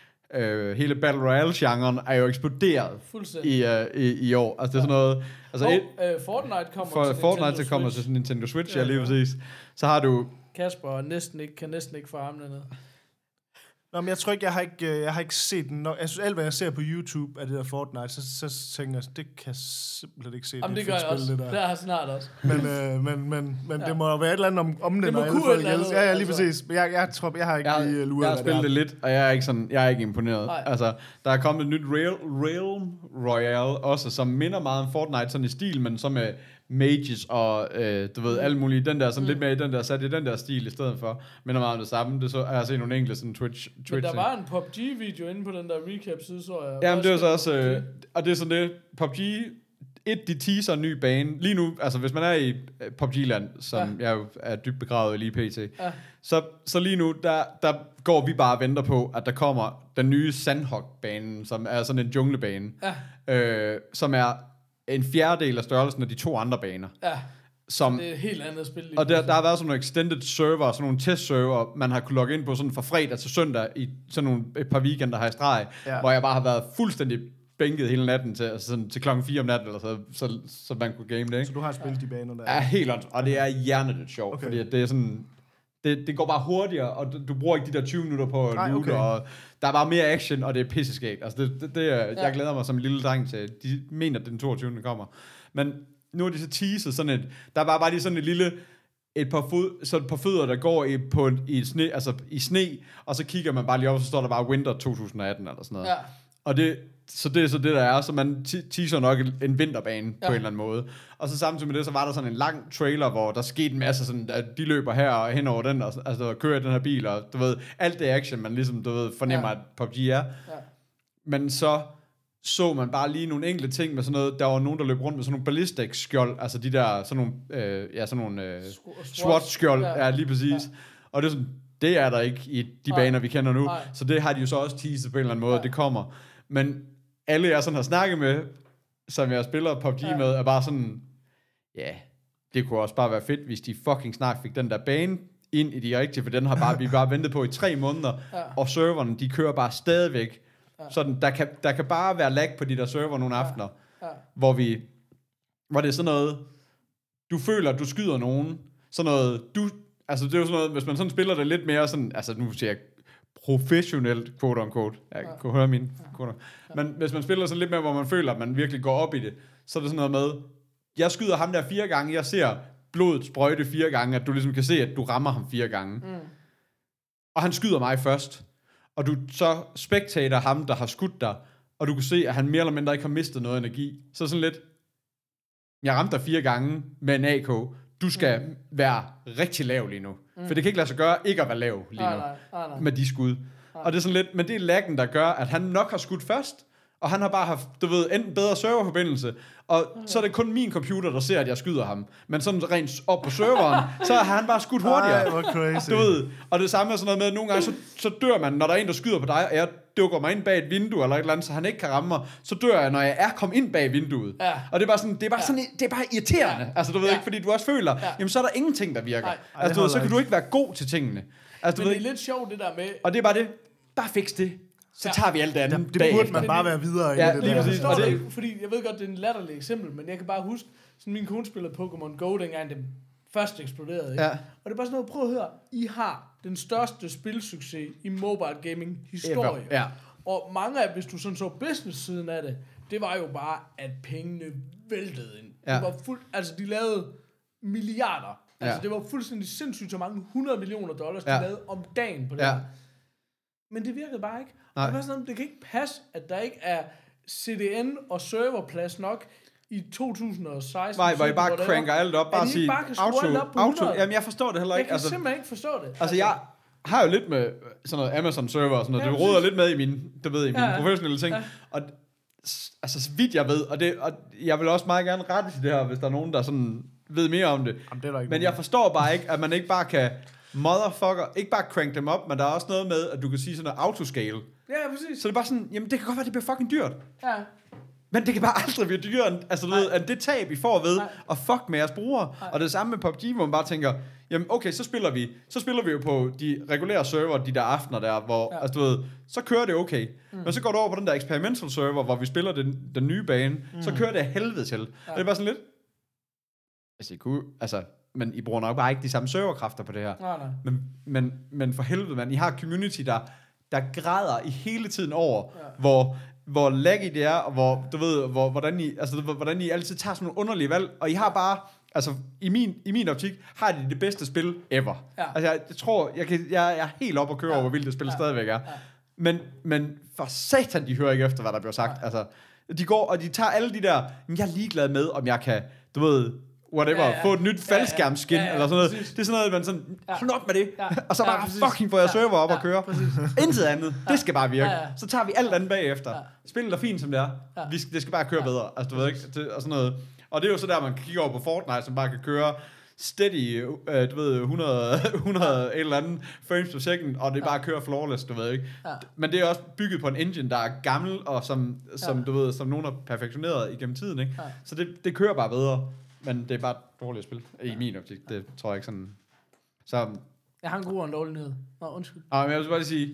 øh, hele Battle Royale-genren er jo eksploderet Fuldstændig. i, øh, i, i år. Altså det er sådan noget, altså Og et, øh, Fortnite kommer for til Fortnite, Nintendo så kommer Switch. til sådan Nintendo Switch, Ja, ja, lige ja. præcis. Så har du, Kasper er næsten ikke, kan næsten ikke få armene ned. Nå, men jeg tror ikke, jeg har ikke, øh, jeg har ikke set den nok. Jeg synes, alt hvad jeg ser på YouTube af det der Fortnite, så, så tænker jeg, det kan jeg simpelthen ikke se. Jamen det er gør et jeg fedt også. spil, Det, det der. er snart også. Men, øh, men, men, men Ja. det må jo være et eller andet om, om Det må og kunne alle et eller folk andet, Ja, ja, lige altså. præcis. Men jeg, jeg tror, jeg har ikke jeg, lige jeg, luret, jeg har hvad spillet det det lidt, og jeg er ikke sådan, jeg er ikke imponeret. Nej. Altså, der er kommet et nyt Real, Realm Royale også, som minder meget om Fortnite sådan i stil, men så med mages og, øh, du ved, alle mulige, den der, sådan mm. lidt mere i den der, sat i den der stil i stedet for, minder meget om det samme. Det så, jeg har set nogle enkelte sådan Twitch, Twitch Men der var en P U B G-video inde på den der recap-side, så jeg. Jamen, det var så også, øh, og det er sådan det, P U B G, et, de teaser en ny bane. Lige nu, altså hvis man er i øh, P U B G-land, som ja. jeg jo er dybt begravet i lige pt, Ja. så, så lige nu, der, der går vi bare og venter på, at der kommer den nye Sandhog-banen, som er sådan en junglebane, Ja. øh, som er en fjerdedel af størrelsen af de to andre baner. Ja, Som, det er et helt andet spil. lige og der, pludselig. der har været sådan nogle extended server, sådan nogle testserver, man har kunne logge ind på sådan fra fredag til søndag i sådan nogle, et par weekender her i streg, Ja. hvor jeg bare har været fuldstændig bænket hele natten til, altså sådan, til klokken fire om natten, eller så, så, så man kunne game det, ikke? Så du har spillet de baner der. Ja, helt ondt, og det er hjernedødt sjovt, Okay. okay. fordi det er sådan, det, det går bare hurtigere, og du, du bruger ikke de der tyve minutter på at Nej, loote, okay. og der er bare mere action, og det er pisseskægt. Altså det, det, det er, Ja. jeg glæder mig som en lille dreng til, de mener, at den toogtyvende kommer. Men nu er de så teaset sådan et, der var bare lige sådan et lille, et par, fod, så et par fødder, der går i, på en, i, sne, altså i sne, og så kigger man bare lige op, og så står der bare Winter to tusind atten, eller sådan noget. Ja. Og det, så det er så det, der er. Så man te- teaser nok en, en vinterbane ja. Ja. på en eller anden måde. Og så samtidig med det, så var der sådan en lang trailer, hvor der skete en masse sådan, at de løber her og hen over den, og altså kører i den her bil, og du ved, alt det action, man ligesom, du ved, fornemmer, Ja. at P U B G er. Ja. Men så så man bare lige nogle enkelte ting med sådan noget, der var nogen, der løb rundt med sådan nogle ballistic skjold, altså de der, sådan nogle, øh, ja, sådan nogle øh, SWAT skjold, ja. ja, lige præcis. Ja. Og det er sådan, det er der ikke i de Nej. baner, vi kender nu. Nej. Så det har de jo så også teaset på en eller anden måde, Ja. det kommer. Men alle jeg sådan har snakket med, som jeg spiller P U B G Ja. ja. med, er bare sådan, ja, yeah, det kunne også bare være fedt, hvis de fucking snart fik den der bane ind i de rigtige, for den har bare, vi bare ventet på i tre måneder, Ja. og serverne, de kører bare stadigvæk. Ja. Sådan, der kan, der kan bare være lag på de der server nogle aftener, Ja. hvor vi, hvor det er sådan noget, du føler, at du skyder nogen, sådan noget, du, altså det er jo sådan noget, hvis man sådan spiller det lidt mere sådan, altså nu siger jeg professionelt, quote on quote, jeg Ja. kunne høre mine quote men hvis man spiller sådan lidt mere, hvor man føler, at man virkelig går op i det, så er det sådan noget med, jeg skyder ham der fire gange, jeg ser blodet sprøjte fire gange, at du ligesom kan se, at du rammer ham fire gange. Mm. Og han skyder mig først. Og du så spectator ham, der har skudt dig, og du kan se, at han mere eller mindre ikke har mistet noget energi. Så sådan lidt, jeg ramte dig fire gange med en A K. Du skal mm. være rigtig lav lige nu. Mm. For det kan ikke lade sig gøre ikke at være lav lige Nej, nu. nej, nej, nej. Med de skud. Og det er sådan lidt, men det er laggen, der gør, at han nok har skudt først, Og han har bare haft, du ved, enten bedre serverforbindelse, og så er det kun min computer, der ser, at jeg skyder ham. Men sådan rent op på serveren, så har han bare skudt hurtigere. Ej, hvor crazy. Du ved, og det samme er sådan noget med, at nogle gange, så, så dør man, når der er en, der skyder på dig, og jeg dukker mig ind bag et vindue, eller et eller andet, så han ikke kan ramme mig, så dør jeg, når jeg er kommet ind bag vinduet. Ja. Og det er bare sådan, det er bare, ja. sådan, det er bare irriterende. Ja. Altså, du ved Ja. ikke, fordi du også føler, Ja. jamen, så er der ingenting, der virker. Nej. Ej, Altså, du ved, så holder kan du ikke være god til tingene. Altså, Men du ved, det er lidt sjovt, det der med... og det er bare det. Bare fix det. Så Ja. tager vi alt det andet Det bagefter. burde man bare være videre i Ja, det lige der. præcis. Jeg Og forstår det- det ikke, fordi jeg ved godt, det er en latterlig eksempel, men jeg kan bare huske, sådan min kone spillede Pokémon Go, dengang det først eksploderede. Ikke? Ja. Og det er bare sådan noget, prøv at høre, I har den største spilsucces i mobile gaming historie. Ja. Og mange af, hvis du sådan så business-siden af det, det var jo bare, at pengene væltede ind. Ja. Det var fuld, altså de lavede milliarder. Altså Ja. det var fuldstændig sindssygt, så mange hundrede millioner dollars, de Ja. lavede om dagen på det Ja. her. Men det virkede bare ikke. Nej. Og det var sådan, det kan ikke passe, at der ikke er C D N og serverplads nok i to tusind og seksten. Nej, hvor I bare whatever, cranker alt op, at bare I ikke sige bare kan skrue alt op på auto. hundrede. Jamen, jeg forstår det heller Jeg ikke. kan Altså, simpelthen ikke forstå det. altså, jeg har jo lidt med sådan noget Amazon-server og sådan noget. Ja, Det præcis. råder lidt med i mine, du ved, i mine Ja, ja. professionelle ting. Ja. Og s- altså, så vidt jeg ved, og, det, og jeg vil også meget gerne rette til det her, hvis der er nogen, der sådan ved mere om det. Jamen, det er der ikke Men nogen. jeg forstår bare ikke, at man ikke bare kan motherfucker, ikke bare crank dem op, men der er også noget med, at du kan sige sådan noget autoscale. Ja, præcis. Så det er bare sådan, jamen det kan godt være, det bliver fucking dyrt. Ja. Men det kan bare aldrig blive dyrere, end, altså du ved, end det tab, I får ved Nej. at fuck med jeres brugere. Og det samme med P U B G, hvor man bare tænker, jamen okay, så spiller vi, så spiller vi jo på de regulære server, de der aftener der, hvor, Ja. altså du ved, så kører det okay. Mm. Men så går du over på den der experimental server, hvor vi spiller den, den nye bane, mm. så kører det af helvede til. Ja. Og det er bare sådan lidt, altså I kunne, altså, men I bruger nok bare ikke de samme serverkræfter på det her. Nej, nej. Men, men, men for helvede, man, I har community, der, der græder i hele tiden over, ja. hvor, hvor laggy det er, og hvor, du ved, hvor, hvordan, I, altså, hvordan I altid tager sådan nogle underlige valg, og I har bare, altså i min, i min optik, har de det bedste spil ever. Ja. Altså jeg, jeg tror, jeg, kan, jeg, jeg er helt op at køre ja. over, hvor vildt det spil ja. stadigvæk er. Ja. Men, men for satan, de hører ikke efter, hvad der bliver sagt. Ja. Altså, de går, og de tager alle de der, jeg er ligeglad med, om jeg kan, du ved, whatever, ja, ja. få et nyt faldskærmskin, ja, ja. Ja, ja, eller sådan noget. Præcis. Det er sådan noget, man sådan, hold op med det, Ja. og så Ja, bare præcis. fucking få jeres Ja, server op ja, og køre. præcis. Intet andet. Det skal bare virke. Ja, ja. Så tager vi alt andet bagefter. Ja. Spillet er fint, som det er. Ja. Vi skal, det skal bare køre Ja. bedre. Altså, du ved ikke, det, og sådan noget. Og det er jo så der, man kan kigge over på Fortnite, som bare kan køre steady, øh, du ved, hundrede, hundrede et eller andet frames per second, og det bare kører flawless, du ved ikke. Ja. Men det er også bygget på en engine, der er gammel, og som, som Ja. du ved, som nogen har perfektioneret igennem tiden, ikke? Ja. Så det, det kører bare bedre. Men det er bare et dårligt spil, i min optik. Det tror jeg ikke sådan. Så, Jeg har en god og en dårlig nyhed. Nå, undskyld. og jeg vil bare lige sige,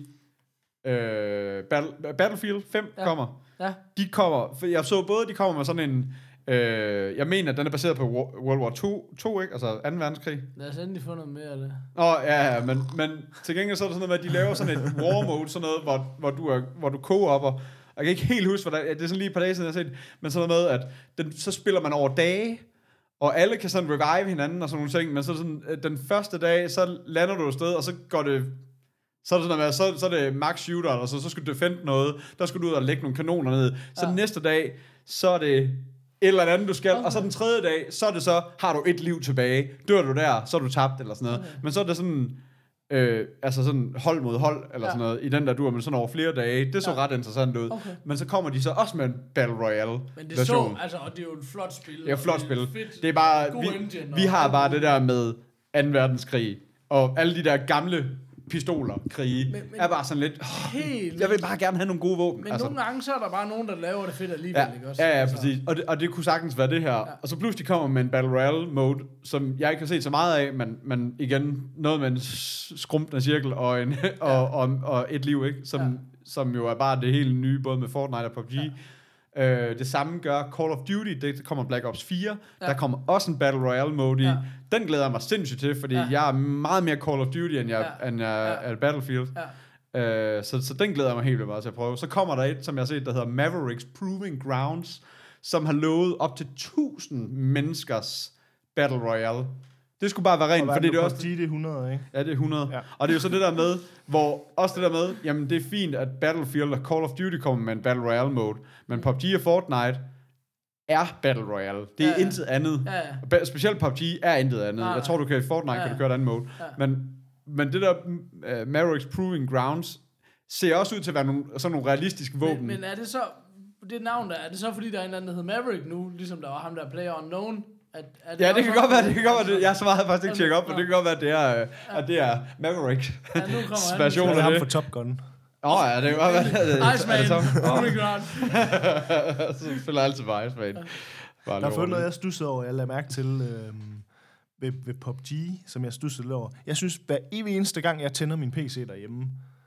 øh, Battle, Battlefield fem Ja. kommer. Ja. De kommer, for jeg så både, de kommer med sådan en, øh, jeg mener, at den er baseret på Wo- World War to, to ikke? Altså anden verdenskrig. Lad os endelig få noget mere af det. Åh, ja, ja, men, men til gengæld så er det sådan noget med, at de laver sådan et war mode, sådan noget, hvor, hvor du, er, hvor du co-opper. Jeg kan ikke helt huske, hvordan, det er sådan lige et par dage siden, jeg har set, men sådan noget med, at den, så spiller man over dage, og alle kan sådan revive hinanden og sådan nogle ting, men så sådan, øh, den første dag, så lander du et sted, og så går det, så er det sådan noget med, så, så er det max shooter, og så, så skal du defende noget, der skal du ud og lægge nogle kanoner ned. Så Ja. den næste dag, så er det et eller andet, du skal, Okay. og så den tredje dag, så er det så, har du et liv tilbage, dør du der, så er du tabt, eller sådan noget. Okay. Men så er det sådan, øh, altså sådan hold mod hold, eller Ja. sådan noget, i den der dur, men sådan over flere dage, det så Ja. ret interessant ud. Okay. Men så kommer de så også med en Battle Royale Men det version. så, altså, og det er jo et flot spil. Det er et flot spil. Fedt, Det er bare, god vi, engine, vi og har alt bare muligt. det der med anden verdenskrig, og alle de der gamle pistoler, krige, Men- men- er bare sådan lidt, oh, Helt jeg vil bare gerne have nogle gode våben. Men nogle gange, så er der bare nogen, der laver det fedt alligevel, Ja, ikke også? ja, ja, Altså, præcis. Og det, og det kunne sagtens være det her. Ja. Og så pludselig kommer med en Battle Royale mode, som jeg ikke har set så meget af, men, men igen, noget med en s- skrumpende cirkel og, en, ja. og, og, og et liv, ikke? Som, ja. som jo er bare det helt nye, både med Fortnite og P U B G. Ja. Øh, det samme gør Call of Duty, det kommer Black Ops fire. Ja. Der kommer også en Battle Royale mode i. Ja. Den glæder jeg mig sindssygt til, fordi Ja. ja. jeg er meget mere Call of Duty, end jeg, Ja. end jeg Ja. er Battlefield. Ja. Øh, så, så den glæder jeg mig helt vildt meget til at prøve. Så kommer der et, som jeg har set, der hedder Mavericks Proving Grounds, som har lovet op til tusind menneskers Battle Royale. Det skulle bare være rent, fordi det er også... P U B G, det er hundrede, ikke? Ja, det er hundrede. Ja. Ja. Og det er jo så det der med, hvor også det der med, jamen det er fint, at Battlefield og Call of Duty kommer med en Battle Royale mode, men P U B G og Fortnite er Battle Royale. Det er Ja, ja. intet andet. Ja, ja. Ba- Specielt P U B G er intet andet. Nej, Jeg tror, du kan i Fortnite, ja. kan du køre et andet mode. Ja. Men, men det der uh, Mavericks Proving Grounds ser også ud til at være nogle, sådan nogle realistiske våben. Men, men er det så det navn der, er det så fordi, der er en eller anden, der hedder Maverick nu, ligesom der var ham der Player Unknown? At, at Ja, det kan godt være, det kan godt være. Det. Jeg så meget faktisk ikke Altså, tjekket op, men det kan godt være, at det er, øh, at det er Maverick. Ja, nu kommer han. version Det af er ham det. for Top Gun. Åh oh, ja, det kan godt være. Det er, Iceman, oh my god. så spiller altid bare Iceman. Bare Der er fundet noget, lortet. jeg stussede over, jeg lader mærke til øh, ved, ved P U B G, som jeg stussede lidt over. Jeg synes, hver evig eneste gang, jeg tænder min P C derhjemme,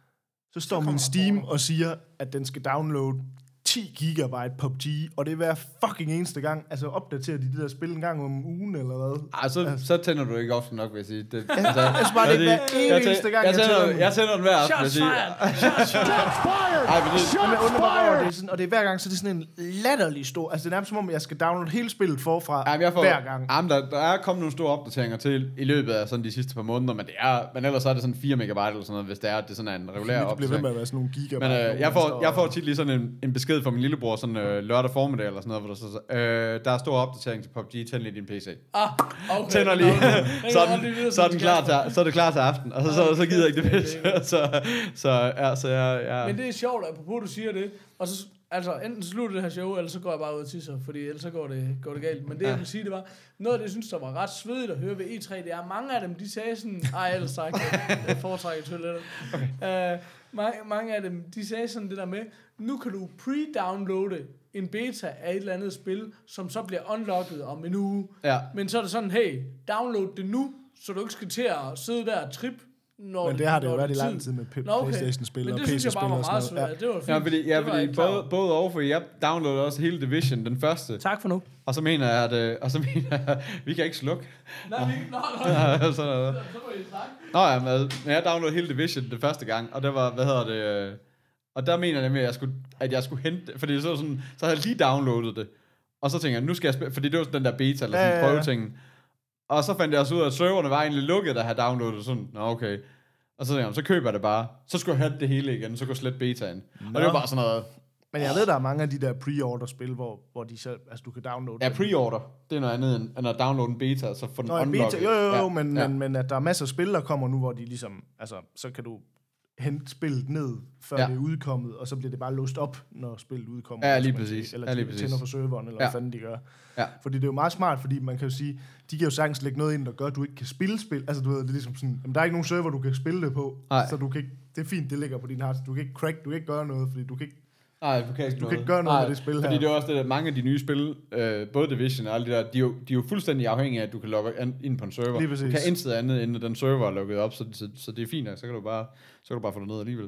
så står min Steam og siger, at den skal downloade ti gigabyte P U B G, og det er hver fucking eneste gang. Altså opdaterer de de der spil en gang om ugen, eller hvad? Ej, så, Altså. så tænder du ikke ofte nok, vil jeg sige. Det, Jeg synes bare, det er hver jeg evig eneste gang, jeg tænder, tænder jeg, den. jeg tænder den hver aften, vil jeg Shots sige. fired! Shots fired! Ej, men det, Men jeg undrer mig over, det er sådan, og det er hver gang, så det er sådan en latterlig stor... Altså, det er nærmest som om, jeg skal downloade hele spillet forfra Jamen, jeg får, hver gang. Jamen, der, der er kommet nogle store opdateringer til i løbet af sådan de sidste par måneder, men det er, men ellers så er det sådan fire megabyte eller sådan noget, hvis det er, at det sådan er en regulær Det bliver ved opdatering. med at være sådan nogle gigabyte. Men øh, nogle, jeg, der får, står- jeg får tit lige sådan en, en besked fra min lillebror, sådan øh, lørdag formiddag eller sådan noget, hvor der så, øh, der er stor opdatering til P U B G, tænd lige din P C. Ah, okay. Tænder lige, Okay. så, er Jeg kan godt lige vide, den, så, er den som klar Kasper. til, så er det klar til aften, og så, så, så gider jeg ikke det pisse. så, så, ja, så jeg, ja. Men det er sjovt, apropos du siger det, og så, altså, enten slutter det her show, eller så går jeg bare ud og tisser, fordi ellers så går det, går det galt. Men det, ja. jeg vil sige, det var, noget af det, jeg synes, der var ret svedigt at høre ved E tre, det er, mange af dem, de sagde sådan, ej, ellers sagt, jeg foretrækker toiletter. Okay. Uh, mange, mange af dem, de sagde sådan det der med, nu kan du pre-downloade en beta af et eller andet spil, som så bliver unlocket om en uge. Ja. Men så er det sådan, hey, download det nu, så du ikke skal til at sidde der og trip, når Men det har det jo når været i tid. lang tid med P- Nå, okay. PlayStation-spil Men og det synes jeg bare P C-spil var og meget sådan noget. svært. Det var fint. Ja, fordi, ja, Det var jeg fordi ikke klar både, over. både og, fordi jeg downloadede også hele Division, den første. Tak for nu. Og så mener jeg, at, øh, og så mener jeg, vi kan ikke slukke. Nej, vi, nå, nå, Ja, så sådan er det. må I snakke. Nå ja, men, men jeg downloadede hele Division den første gang, og der var, hvad hedder det, øh, og der mener jeg nemlig, at jeg skulle, at jeg skulle hente det, fordi så, var sådan, så havde jeg lige downloadet det, og så tænkte jeg, nu skal jeg spille, fordi det var sådan den der beta, eller sådan Ja, en ja, ja. prøveting, og så fandt jeg også ud af, at serverne var egentlig lukket, der havde downloadet sådan, nå okay, og så tænkte jeg, så køber jeg det bare, så skulle jeg have det hele igen, så kunne jeg slette betaen, og det var bare sådan noget, Men jeg ved, der er mange af de der pre-order-spil, hvor, hvor de så, altså, du kan downloade ja, dem. pre-order, det er noget andet end, end at downloade en beta, og så få den Nå, en unlocket. beta, jo, jo, jo, ja, men, ja. men, men at der er masser af spil, der kommer nu, hvor de ligesom, altså, så kan du hente spillet ned, før Ja. det er udkommet, og så bliver det bare låst op, når spillet udkommer. Ja, hvis lige man præcis. siger, Eller Ja, de lige præcis. tænder for serveren, eller Ja. hvad fanden de gør. Ja. Fordi det er jo meget smart, fordi man kan jo sige, de kan jo sagtens lægge noget ind, der gør, at du ikke kan spille spil. Altså, du ved, det er ligesom sådan, jamen, der er ikke nogen server, du kan spille det på, Nej. så du kan ikke, det er fint, det ligger på din hard, du kan ikke crack, du kan ikke gøre noget, fordi du kan ikke, Nej, du kan ikke, du kan ikke gøre noget med det spil fordi her. det er også det, at mange af de nye spil, øh, både Division og alle de der, de er, jo, de er jo fuldstændig afhængige af, at du kan logge an- ind på en server. Lige Du præcis. kan intet andet, end at den server er lukket op, så, så, så det er fint, så kan du bare, så kan du bare få det ned alligevel.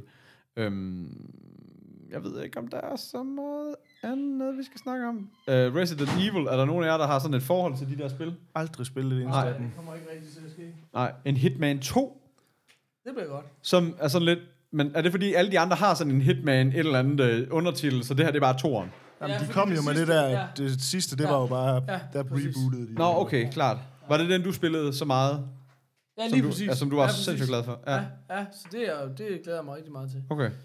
Øhm, jeg ved ikke, om der er så meget andet, vi skal snakke om. Uh, Resident Evil, er der nogen af jer, der har sådan et forhold til de der spil? aldrig spille det eneste Nej, af dem. det kommer ikke rigtig til at ske. Nej, en Hitman to, Det bliver godt. som er sådan lidt, men er det fordi alle de andre har sådan en Hitman, et eller andet øh, undertitel, så det her det er bare toeren? Jamen, Ja, de fordi kom det jo med sidste- det der, ja. det sidste, det Ja. var jo bare, Ja, der præcis. rebootede de. Nå, okay, klart. Var det den, du spillede så meget? Ja, Som lige du, præcis. altså, som du var ja, ja, sindssygt glad for? Ja, Ja, ja, så det, er, det glæder jeg mig rigtig meget til. okay.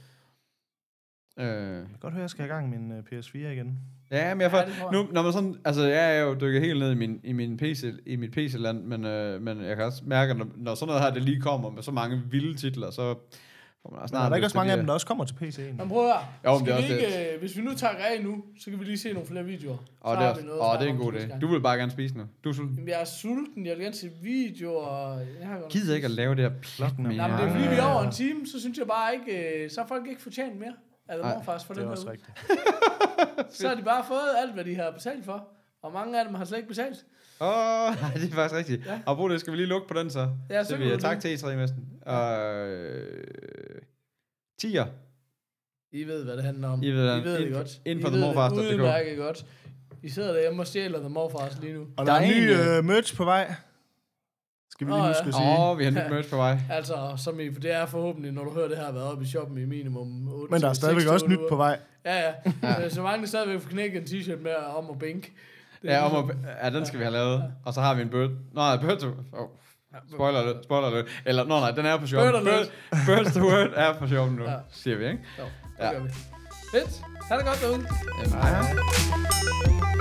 Øh, Jeg kan godt høre, at jeg skal have gang i min uh, P S fire igen. ja, men jeg får, Ja, det tror jeg. nu, når man sådan, altså jeg er jo dykket helt ned i min, i min P C, i mit P C-land, men, øh, men jeg kan også mærke, når, når sådan noget her, det lige kommer med så mange vilde titler, så får man også Men snart... er der ikke lyst også til mange de af dem, her- der også kommer til P C'en? Men prøv at høre. Jo, men Skal det er vi også ikke, øh, hvis vi nu tager af nu, så kan vi lige se nogle flere videoer. Åh, Så det er, har også- vi noget at åh, snakke det er en om god til næste idé. gang. Du vil bare gerne spise nu. Du er sulten. Jamen, jeg er sulten. Jeg vil gerne se videoer. og Jeg har godt Gider ikke at lave det her Klokken er mere. Nej, men det er fordi, vi er Ja. over en time, så synes jeg bare ikke, øh, så har folk ikke fortjent mere. Eller Nej, morfars for Det den er her også uge. rigtigt. Så har de bare fået alt, hvad de har betalt for. Og mange af dem har slet ikke betalt. Åh, oh, det er faktisk rigtigt. Ja. Ja. Og brug det, skal vi lige lukke på den så? Ja, så så kan vi du er tak det. til E tre mesten. Øh, tier. I ved, hvad det handler om. I ved, I ved det ind- godt. ind I på ved the morfars punktum d k. det udmærket godt. I sidder derhjemme og stjæler The Morfars lige nu. Og Der der er er ny en, uh, merch på vej. Skal vi lige Åh, huske ja. at sige. Åh, oh, vi har nyt merch på vej. Altså, som I, for det er forhåbentlig, når du hører det her, været oppe i shoppen i minimum otte Men der er stadigvæk også nyt på vej. Ja, ja. ja. Så mange stadigvæk får knækket en t-shirt med om at bænke. Det er Ja, om ligesom- at, ja, den skal vi have lavet. Og så har vi en bird. Nå, nej, bird to... Oh. Spoiler alert, spoiler alert. Eller, nå nej, den er på shoppen. Bird alert. Bird, birds to word er på shoppen nu, Ja. siger vi, ikke? Jo, det Ja. gør vi. Fedt. Ha' det godt derude. Jamen, hej, hej.